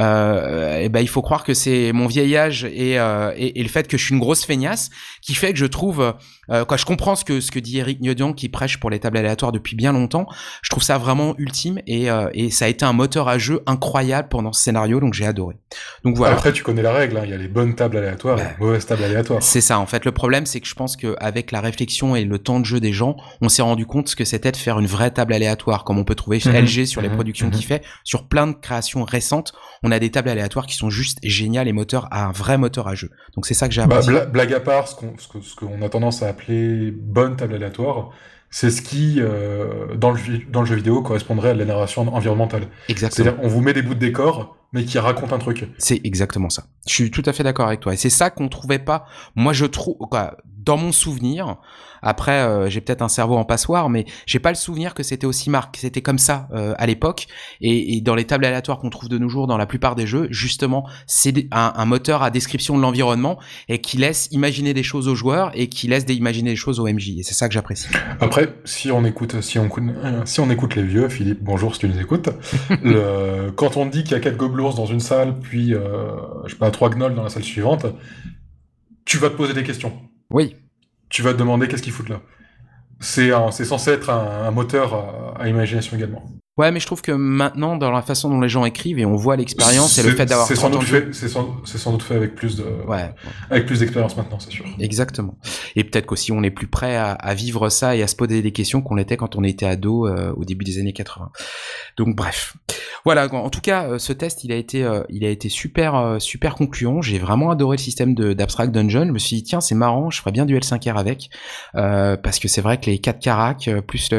Il faut croire que c'est mon vieil âge et le fait que je suis une grosse feignasse qui fait que je trouve je comprends ce que dit Eric Gnodian qui prêche pour les tables aléatoires depuis bien longtemps. Je trouve ça vraiment ultime et ça a été un moteur à jeu incroyable pendant ce scénario, donc j'ai adoré. Donc voilà. Après tu connais la règle, hein. Il y a les bonnes tables aléatoires et les mauvaises tables aléatoires. C'est ça en fait. Le problème c'est que je pense qu'avec la réflexion et le temps de jeu des gens, on s'est rendu compte ce que c'était de faire une vraie table aléatoire comme on peut trouver chez LG sur les productions qu'il fait, sur plein de créations récentes, on a des tables aléatoires qui sont juste géniales et un vrai moteur à jeu. Donc c'est ça que j'ai apprécié. Blague à part, ce qu'on a tendance à appeler bonne table aléatoire, c'est ce qui, dans le jeu vidéo, correspondrait à de la narration environnementale. Exactement. C'est-à-dire, on vous met des bouts de décor, mais qui racontent un truc. C'est exactement ça. Je suis tout à fait d'accord avec toi. Et c'est ça qu'on trouvait pas. Moi, je trouve, dans mon souvenir, après, j'ai peut-être un cerveau en passoire, mais j'ai pas le souvenir que c'était aussi c'était comme ça à l'époque. Et dans les tables aléatoires qu'on trouve de nos jours dans la plupart des jeux, justement, c'est un moteur à description de l'environnement et qui laisse imaginer des choses aux joueurs et qui laisse imaginer des choses aux MJ. Et c'est ça que j'apprécie. Après, si on écoute les vieux, Philippe, bonjour si tu nous écoutes, quand on dit qu'il y a 4 gobelours dans une salle, puis 3 gnolls dans la salle suivante, tu vas te poser des questions. Oui. Tu vas te demander qu'est-ce qu'ils foutent là. C'est censé être un moteur à imagination également. Ouais, mais je trouve que maintenant, dans la façon dont les gens écrivent et on voit l'expérience et le fait d'avoir 30 ans de jeu... C'est sans doute fait avec plus d'expérience maintenant, c'est sûr. Exactement. Et peut-être qu'aussi on est plus prêt à vivre ça et à se poser des questions qu'on l'était quand on était ado au début des années 80. Donc bref. Voilà, en tout cas, ce test, il a été super concluant. J'ai vraiment adoré le système d'Abstract Dungeon. Je me suis dit, tiens, c'est marrant, je ferais bien du L5R avec. Parce que c'est vrai que les 4 caracs, plus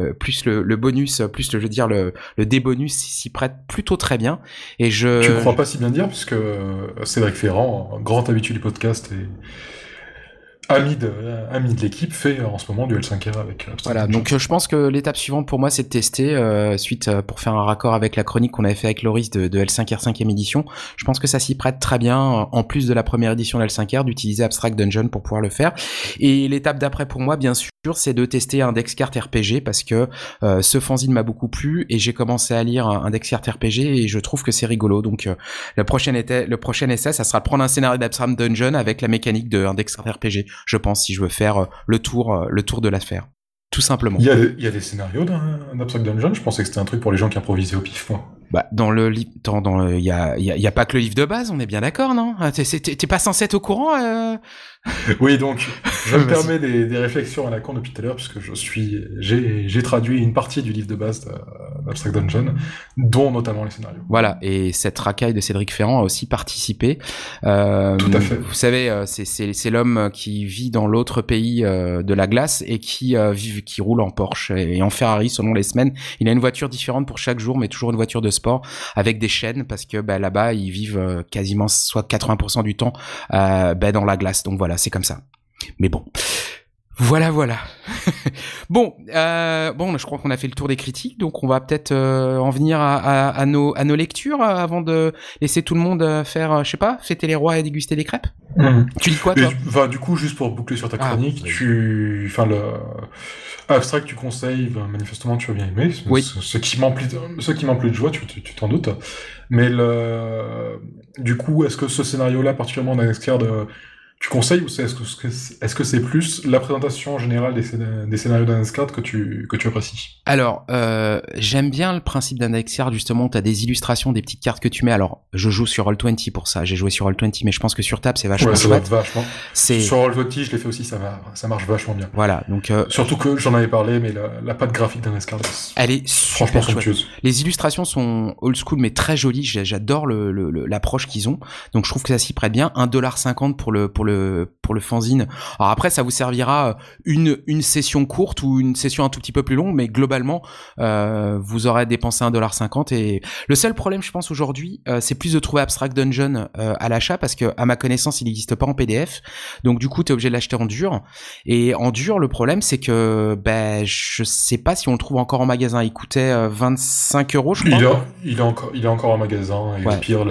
le bonus, plus le débonus s'y prête plutôt très bien. Et Tu crois pas si bien dire, puisque Cédric Ferrand, grand habitué du podcast et ami de l'équipe, fait en ce moment du L5R avec voilà, donc je pense que l'étape suivante pour moi c'est de tester pour faire un raccord avec la chronique qu'on avait fait avec Loris de L5R 5e édition. Je pense que ça s'y prête très bien, en plus de la première édition de L5R, d'utiliser Abstract Dungeon pour pouvoir le faire. Et l'étape d'après pour moi, bien sûr, c'est de tester un Dexcart RPG parce que ce fanzine m'a beaucoup plu et j'ai commencé à lire un Dexcart RPG et je trouve que c'est rigolo. Donc le prochain essai, ça sera de prendre un scénario d'Abstract Dungeon avec la mécanique d'un Dexcart RPG. Je pense, si je veux faire le tour de l'affaire. Tout simplement. Il y a des scénarios d'Abstract Dungeon. Je pensais que c'était un truc pour les gens qui improvisaient au pif, moi. Dans le livre, il y a pas que le livre de base, on est bien d'accord, non? T'es pas censé être au courant, Oui, donc, je me permets des réflexions à la con depuis tout à l'heure, puisque j'ai traduit une partie du livre de base d'Abstract Dungeon, dont notamment les scénarios. Voilà, et cette racaille de Cédric Ferrand a aussi participé. Tout à fait. Vous savez, c'est l'homme qui vit dans l'autre pays de la glace et qui roule en Porsche et en Ferrari selon les semaines. Il a une voiture différente pour chaque jour, mais toujours une voiture de sport avec des chaînes parce que là-bas ils vivent quasiment soit 80% du temps dans la glace. Donc voilà, c'est comme ça. Mais bon. Voilà. Bon, je crois qu'on a fait le tour des critiques, donc on va peut-être en venir à nos lectures avant de laisser tout le monde faire, je sais pas, fêter les rois et déguster des crêpes. Tu dis quoi, toi? Du coup, juste pour boucler sur ta chronique, le Abstract, tu conseilles, manifestement tu as bien aimé, oui. Ce qui m'emplit de joie, tu t'en doutes. Mais du coup, est-ce que ce scénario-là, particulièrement dans Next Card, tu conseilles, ou est-ce que c'est plus la présentation générale des scénarios d'Index Card que tu apprécies? Alors, j'aime bien le principe d'Index Card, justement, t'as des illustrations, des petites cartes que tu mets. Alors, je joue sur Roll20 pour ça, j'ai joué sur Roll20, mais je pense que sur table, c'est vachement chouette. Vachement. Sur Roll20, je l'ai fait aussi, ça marche vachement bien. Voilà, donc... Surtout que j'en avais parlé, mais la patte graphique d'Index Card, elle est franchement somptueuse. Les illustrations sont old school, mais très jolies, j'adore l'approche qu'ils ont, donc je trouve que ça s'y prête bien. 1,50$ pour le fanzine. Alors après, ça vous servira une session courte ou une session un tout petit peu plus longue, mais globalement, vous aurez dépensé 1,50$. Et le seul problème, je pense, aujourd'hui, c'est plus de trouver Abstract Dungeon à l'achat, parce que, à ma connaissance, il n'existe pas en PDF. Donc, du coup, t'es obligé de l'acheter en dur. Et en dur, le problème, c'est que, je sais pas si on le trouve encore en magasin. Il coûtait 25€, je crois. Il est encore en magasin. Et ouais. le pire,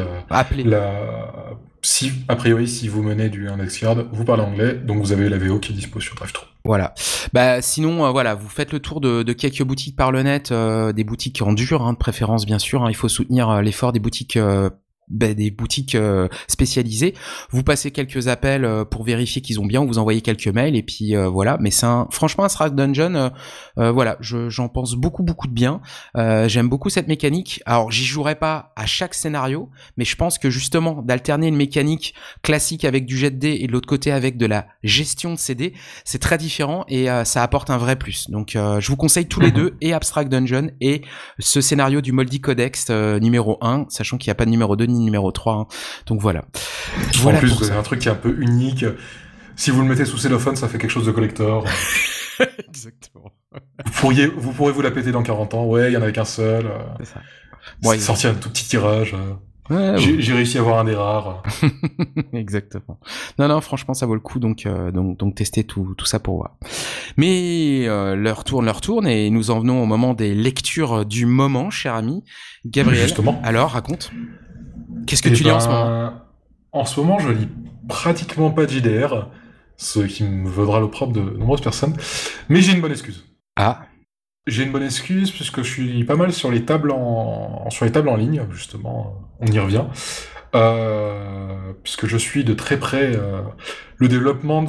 si vous menez du Index Card, vous parlez anglais, donc vous avez la VO qui est dispo sur DriveThru. Voilà. Sinon, vous faites le tour de quelques boutiques par le net, des boutiques en dur, de préférence bien sûr. Il faut soutenir l'effort des boutiques. Des boutiques spécialisées. Vous passez quelques appels pour vérifier qu'ils ont bien, ou vous envoyez quelques mails, et puis voilà. Mais franchement, un Abstract Dungeon, j'en pense beaucoup de bien. J'aime beaucoup cette mécanique. Alors, j'y jouerai pas à chaque scénario, mais je pense que justement, d'alterner une mécanique classique avec du jet de dés et de l'autre côté avec de la gestion de ces dés, c'est très différent, et ça apporte un vrai plus. Donc, je vous conseille tous les deux, et Abstract Dungeon et ce scénario du Moldy Codex numéro 1, sachant qu'il n'y a pas de numéro 2 ni numéro 3, donc voilà. En plus, vous avez un truc qui est un peu unique. Si vous le mettez sous cellophane, ça fait quelque chose de collector. Exactement. Vous pourrez vous la péter dans 40 ans. Ouais, il y en avait qu'un seul. C'est ça. Sortir un tout petit tirage. Ouais, j'ai réussi à avoir un des rares. Exactement. Non, franchement, ça vaut le coup, donc testez tout ça pour voir. Mais l'heure tourne, et nous en venons au moment des lectures du moment, cher ami. Gabriel, justement. Alors, raconte. Qu'est-ce que tu lis en ce moment? En ce moment, je lis pratiquement pas de JDR, ce qui me vaudra l'opprobre de nombreuses personnes, mais j'ai une bonne excuse. Ah. J'ai une bonne excuse puisque je suis pas mal sur les tables en ligne, justement, on y revient, puisque je suis de très près le développement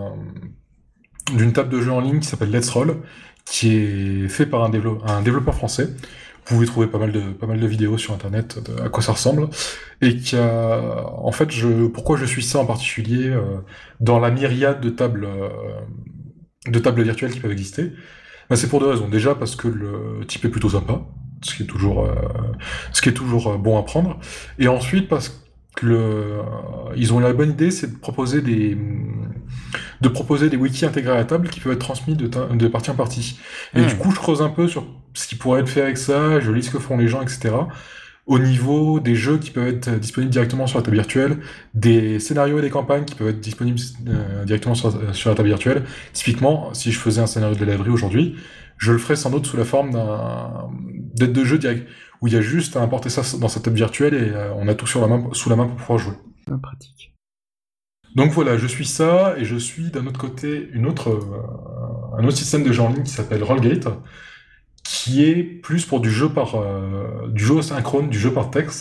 d'une table de jeu en ligne qui s'appelle Let's Roll, qui est fait par un développeur français. Vous pouvez trouver pas mal de vidéos sur internet de à quoi ça ressemble, et qui a, en fait, pourquoi je suis ça en particulier dans la myriade de tables virtuelles qui peuvent exister. C'est pour deux raisons. Déjà parce que le type est plutôt sympa, ce qui est toujours bon à prendre, et ensuite parce que ils ont eu la bonne idée, c'est de proposer des wikis intégrés à la table qui peuvent être transmis de partie en partie. Et du coup, je creuse un peu sur ce qui pourrait être fait avec ça, je lis ce que font les gens, etc. Au niveau des jeux qui peuvent être disponibles directement sur la table virtuelle, des scénarios et des campagnes qui peuvent être disponibles directement sur la table virtuelle. Typiquement, si je faisais un scénario de la laverie aujourd'hui, je le ferais sans doute sous la forme d'aide de jeu direct, où il y a juste à importer ça dans sa table virtuelle, et on a tout sous la main pour pouvoir jouer. Pratique. Donc voilà, je suis ça, et je suis d'un autre côté un autre système de jeu en ligne qui s'appelle Rollgate, qui est plus pour du jeu asynchrone, du jeu par texte.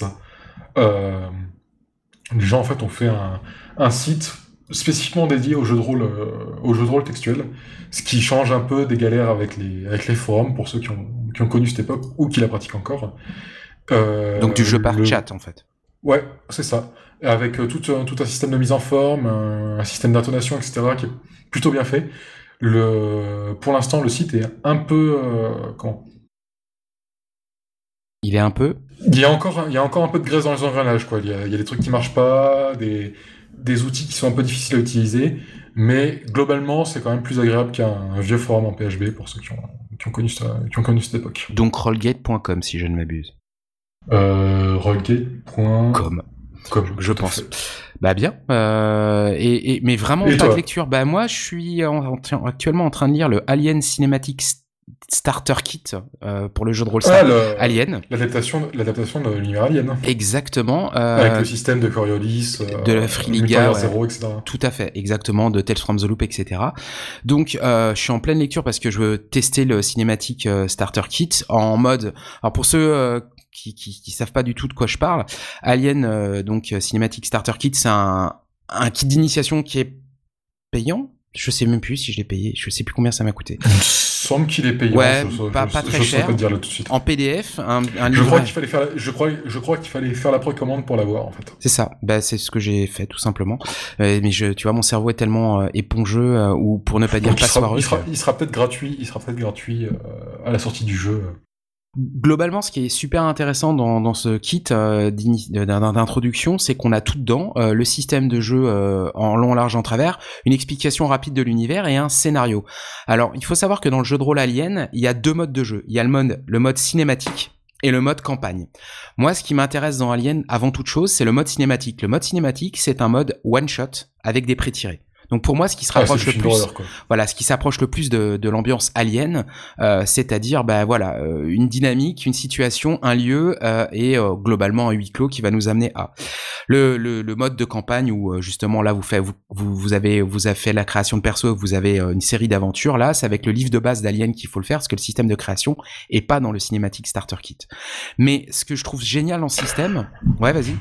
Les gens en fait ont fait un site spécifiquement dédié au jeu de rôle textuel, ce qui change un peu des galères avec les forums pour ceux qui ont connu cette époque ou qui la pratiquent encore. Donc du jeu par chat en fait. Ouais, c'est ça. Avec tout un système de mise en forme, un système d'intonation, etc., qui est plutôt bien fait. Pour l'instant, le site est un peu... Il est un peu... Il y a encore un peu de graisse dans les engrenages, quoi. Il y a des trucs qui marchent pas, des outils qui sont un peu difficiles à utiliser, mais globalement, c'est quand même plus agréable qu'un vieux forum en PHP pour ceux qui ont connu cette époque. Donc rollgate.com, si je ne m'abuse. Rollgate.com. je tout à pense. fait. Bah bien. Mais vraiment Et pas toi de lecture. Bah moi, je suis actuellement en train de lire le Alien Cinematic Starter Kit pour le jeu de rôle Alien. L'adaptation de l'univers Alien. Exactement. Avec le système de Coriolis, de la Free Liga, Multiverse Zero, etc. Tout à fait, exactement, de Tales from the Loop, etc. Donc, je suis en pleine lecture parce que je veux tester le Cinematic Starter Kit en mode. Alors pour ceux qui savent pas du tout de quoi je parle, Alien, donc Cinematic Starter Kit, c'est un kit d'initiation qui est payant. Je sais même plus si je l'ai payé. Je sais plus combien ça m'a coûté. Il me semble qu'il est payant. Ouais, pas très cher. Je peux te dire là tout de suite. En PDF, un livret. Je crois qu'il fallait faire la précommande pour l'avoir en fait. C'est ça. Bah c'est ce que j'ai fait tout simplement. Mais tu vois, mon cerveau est tellement épongeux ou pour ne pas dire passoireux. Il sera peut-être gratuit. Il sera peut-être gratuit à la sortie du jeu. Globalement, ce qui est super intéressant dans ce kit d'introduction, c'est qu'on a tout dedans, le système de jeu en long, large, en travers, une explication rapide de l'univers et un scénario. Alors, il faut savoir que dans le jeu de rôle Alien, il y a 2 modes de jeu. Il y a le mode cinématique et le mode campagne. Moi, ce qui m'intéresse dans Alien, avant toute chose, c'est le mode cinématique. Le mode cinématique, c'est un mode one-shot avec des pré-tirés. Donc pour moi, ce qui se rapproche le plus, ce qui s'approche le plus de l'ambiance Alien, c'est-à-dire, une dynamique, une situation, un lieu et globalement un huis clos qui va nous amener à le mode de campagne où justement là vous avez fait la création de perso, vous avez une série d'aventures. Là, c'est avec le livre de base d'Alien qu'il faut le faire parce que le système de création est pas dans le Cinematic Starter Kit. Mais ce que je trouve génial dans ce système, ouais, vas-y.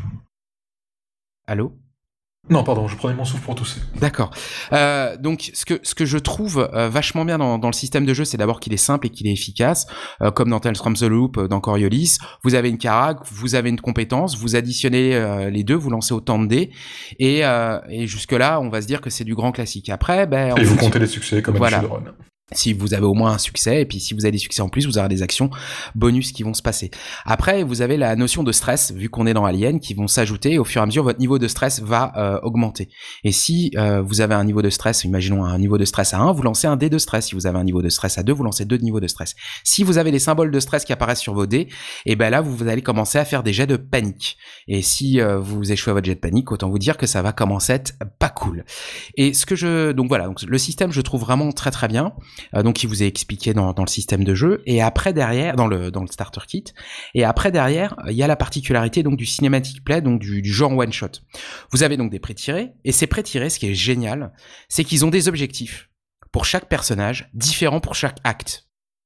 Allô? Non, pardon, je prenais mon souffle pour tousser. D'accord. Donc, ce que je trouve vachement bien dans le système de jeu, c'est d'abord qu'il est simple et qu'il est efficace, comme dans Tales from the Loop, dans Coriolis. Vous avez une carac, vous avez une compétence, vous additionnez les deux, vous lancez autant de dés, et jusque-là, on va se dire que c'est du grand classique. Après, et vous comptez les succès comme un Shadowrun. Si vous avez au moins un succès, et puis si vous avez des succès en plus, vous aurez des actions bonus qui vont se passer. Après, vous avez la notion de stress, vu qu'on est dans Alien, qui vont s'ajouter. Au fur et à mesure, votre niveau de stress va augmenter. Et si vous avez un niveau de stress, imaginons un niveau de stress à 1, vous lancez un dé de stress. Si vous avez un niveau de stress à 2, vous lancez 2 niveaux de stress. Si vous avez les symboles de stress qui apparaissent sur vos dés, et ben là, vous allez commencer à faire des jets de panique. Et si vous échouez à votre jet de panique, autant vous dire que ça va commencer à être pas cool. Et donc le système, je trouve vraiment très très bien. Donc il vous est expliqué dans le système de jeu, et après derrière dans le starter kit, et après derrière il y a la particularité donc du cinematic play, donc du genre one shot. Vous avez donc des pré-tirés, et ces pré-tirés, ce qui est génial, c'est qu'ils ont des objectifs pour chaque personnage, différents pour chaque acte.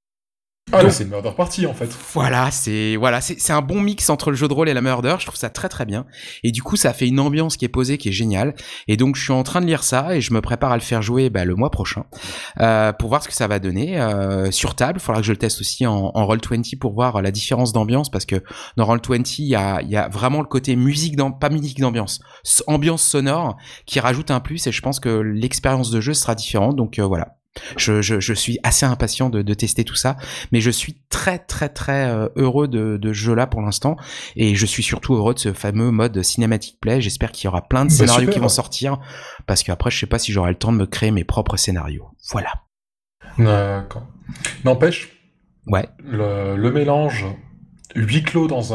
Ah, donc, là, c'est une murder party, en fait. Voilà, c'est un bon mix entre le jeu de rôle et la murder. Je trouve ça très très bien. Et du coup, ça fait une ambiance qui est posée, qui est géniale. Et donc, je suis en train de lire ça et je me prépare à le faire jouer le mois prochain pour voir ce que ça va donner sur table. Il faudra que je le teste aussi en Roll20 pour voir la différence d'ambiance, parce que dans Roll20, il y a vraiment le côté pas musique d'ambiance, ambiance sonore qui rajoute un plus. Et je pense que l'expérience de jeu sera différente. Donc voilà. Je suis assez impatient de tester tout ça, mais je suis très très très heureux de ce jeu là pour l'instant, et je suis surtout heureux de ce fameux mode cinematic play. J'espère qu'il y aura plein de scénarios qui vont sortir, parce qu'après je sais pas si j'aurai le temps de me créer mes propres scénarios. Voilà. D'accord. N'empêche, ouais, le mélange huis clos dans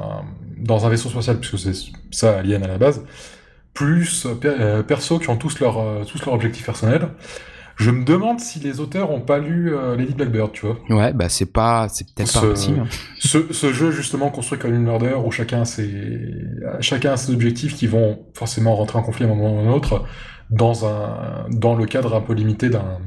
un vaisseau spatial, puisque c'est ça Alien à la base, plus persos qui ont tous leur objectif personnel. Je me demande si les auteurs ont pas lu Lady Blackbird, tu vois. Ouais, c'est peut-être pas possible. Ce jeu justement construit comme une murder où chacun a ses objectifs qui vont forcément rentrer en conflit à un moment ou à un autre dans le cadre un peu limité d'un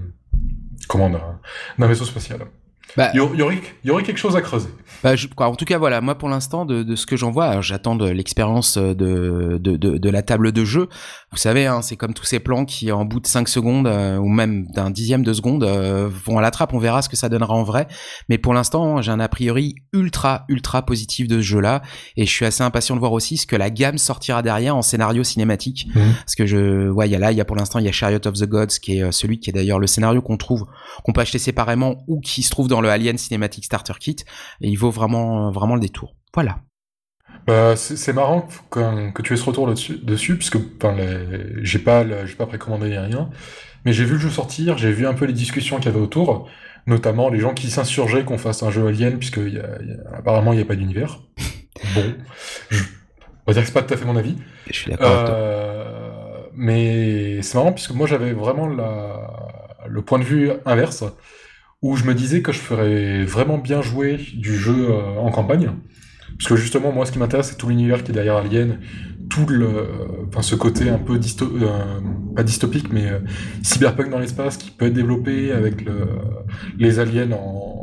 vaisseau spatial. Il y aurait quelque chose à creuser. En tout cas, voilà, moi pour l'instant, de ce que j'en vois, alors, j'attends de l'expérience de la table de jeu. Vous savez, hein, c'est comme tous ces plans qui, en bout de 5 secondes, ou même d'un dixième de seconde, vont à la trappe. On verra ce que ça donnera en vrai. Mais pour l'instant, j'ai un a priori ultra, ultra positif de ce jeu-là. Et je suis assez impatient de voir aussi ce que la gamme sortira derrière en scénario cinématique. Parce que pour l'instant, il y a Chariot of the Gods, qui est celui qui est d'ailleurs le scénario qu'on peut acheter séparément ou qui se trouve dans le Alien Cinematic Starter Kit. Et il vaut vraiment, vraiment le détour. Voilà. C'est marrant que tu aies ce retour dessus, puisque j'ai pas précommandé ni rien, mais j'ai vu le jeu sortir, j'ai vu un peu les discussions qu'il y avait autour, notamment les gens qui s'insurgeaient qu'on fasse un jeu Alien, puisque apparemment il n'y a pas d'univers. Bon, va dire que c'est pas tout à fait mon avis. Je suis d'accord avec toi. Mais c'est marrant puisque moi j'avais vraiment le point de vue inverse, où je me disais que je ferais vraiment bien jouer du jeu en campagne. Parce que justement, moi, ce qui m'intéresse, c'est tout l'univers qui est derrière Alien, ce côté un peu pas dystopique, mais cyberpunk dans l'espace qui peut être développé avec les aliens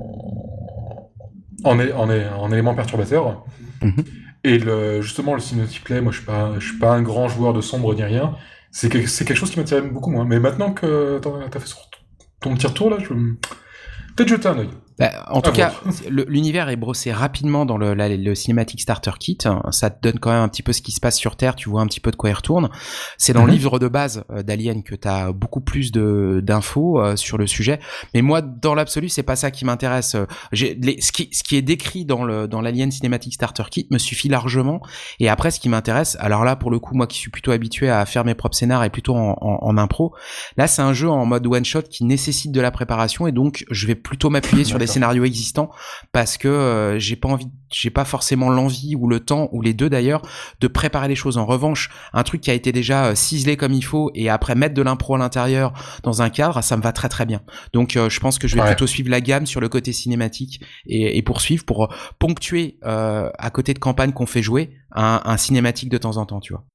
en éléments perturbateurs. Mhm. Et justement, le cinématique play, moi, je suis pas un grand joueur de sombre ni rien. C'est quelque chose qui m'attire beaucoup moins. Mais maintenant que t'as fait ton petit retour là, je vais peut-être jeter un œil. En tout cas, l'univers est brossé rapidement dans le Cinematic Starter Kit. Ça te donne quand même un petit peu ce qui se passe sur Terre. Tu vois un petit peu de quoi il retourne. C'est dans le livre de base d'Alien que t'as beaucoup plus d'infos sur le sujet. Mais moi, dans l'absolu, c'est pas ça qui m'intéresse. Ce qui est décrit dans l'Alien Cinematic Starter Kit me suffit largement. Et après, ce qui m'intéresse, alors là, pour le coup, moi qui suis plutôt habitué à faire mes propres scénars et plutôt en impro, là, c'est un jeu en mode one shot qui nécessite de la préparation et donc je vais plutôt m'appuyer sur des scénarios existants parce que j'ai pas forcément l'envie ou le temps ou les deux d'ailleurs de préparer les choses. En revanche, un truc qui a été déjà ciselé comme il faut et après mettre de l'impro à l'intérieur dans un cadre, ça me va très très bien. Donc je pense que je vais plutôt suivre la gamme sur le côté cinématique et poursuivre pour ponctuer à côté de campagne qu'on fait jouer un cinématique de temps en temps, tu vois.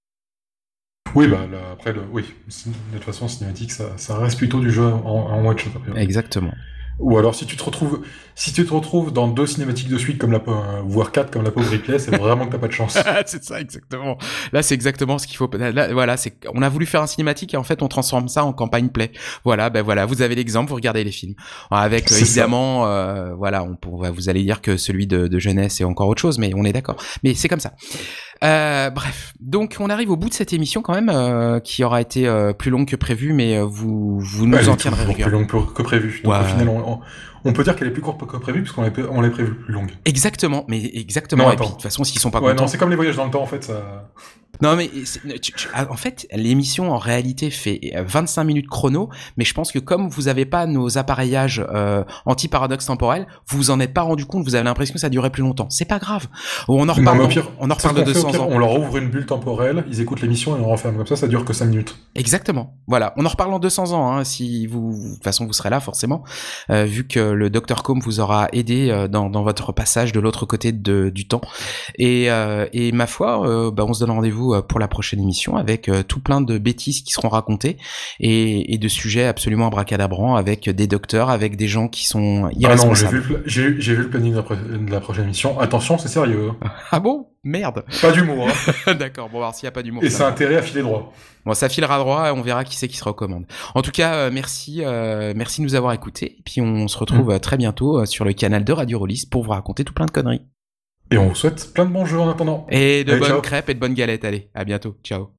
Oui, après, oui, de toute façon, cinématique, ça reste plutôt du jeu en one shot. Exactement. Ou alors, si tu te retrouves dans 2 cinématiques de suite, voire 4, comme la pauvre Ripley, c'est vraiment que t'as pas de chance. C'est ça, exactement. Là, c'est exactement ce qu'il faut. Là, voilà, on a voulu faire un cinématique et en fait, on transforme ça en campagne play. Voilà, vous avez l'exemple, vous regardez les films. Avec, évidemment, vous allez dire que celui de jeunesse est encore autre chose, mais on est d'accord. Mais c'est comme ça. Bref, donc on arrive au bout de cette émission quand même, qui aura été plus longue que prévu, mais vous nous en tiendrez rigueur. Plus longue que prévu. Donc au final, on peut dire qu'elle est plus courte que prévu puisqu'on l'a prévu plus longue. Exactement, mais exactement. Non, et puis de toute façon, s'ils sont pas contents. Non, c'est comme les voyages dans le temps en fait. Ça... Non mais en fait l'émission en réalité fait 25 minutes chrono, mais je pense que comme vous avez pas nos appareillages anti-paradoxe temporel, vous vous en êtes pas rendu compte, vous avez l'impression que ça durait plus longtemps. C'est pas grave. On en reparle. On en reparle de 200 ans. On leur ouvre une bulle temporelle, ils écoutent l'émission et on renferme comme ça dure que 5 minutes. Exactement. Voilà, on en reparle en 200 ans hein, si de toute façon vous serez là forcément vu que le Dr Combe vous aura aidé dans votre passage de l'autre côté du temps. Et ma foi on se donne rendez-vous pour la prochaine émission avec tout plein de bêtises qui seront racontées et de sujets absolument abracadabrants avec des docteurs, avec des gens qui sont irresponsables. Ah non, j'ai vu le planning de la prochaine émission. Attention, c'est sérieux. Ah bon? Merde. Pas d'humour. Hein. D'accord, bon alors s'il n'y a pas d'humour. Et c'est intérêt à filer droit. Bon, ça filera droit et on verra qui c'est qui se recommande. En tout cas, merci de nous avoir écoutés. Et puis on se retrouve très bientôt sur le canal de Radio Rollist pour vous raconter tout plein de conneries. Et on vous souhaite plein de bons jeux en attendant. Et de bonnes crêpes et de bonnes galettes. Allez, à bientôt. Ciao.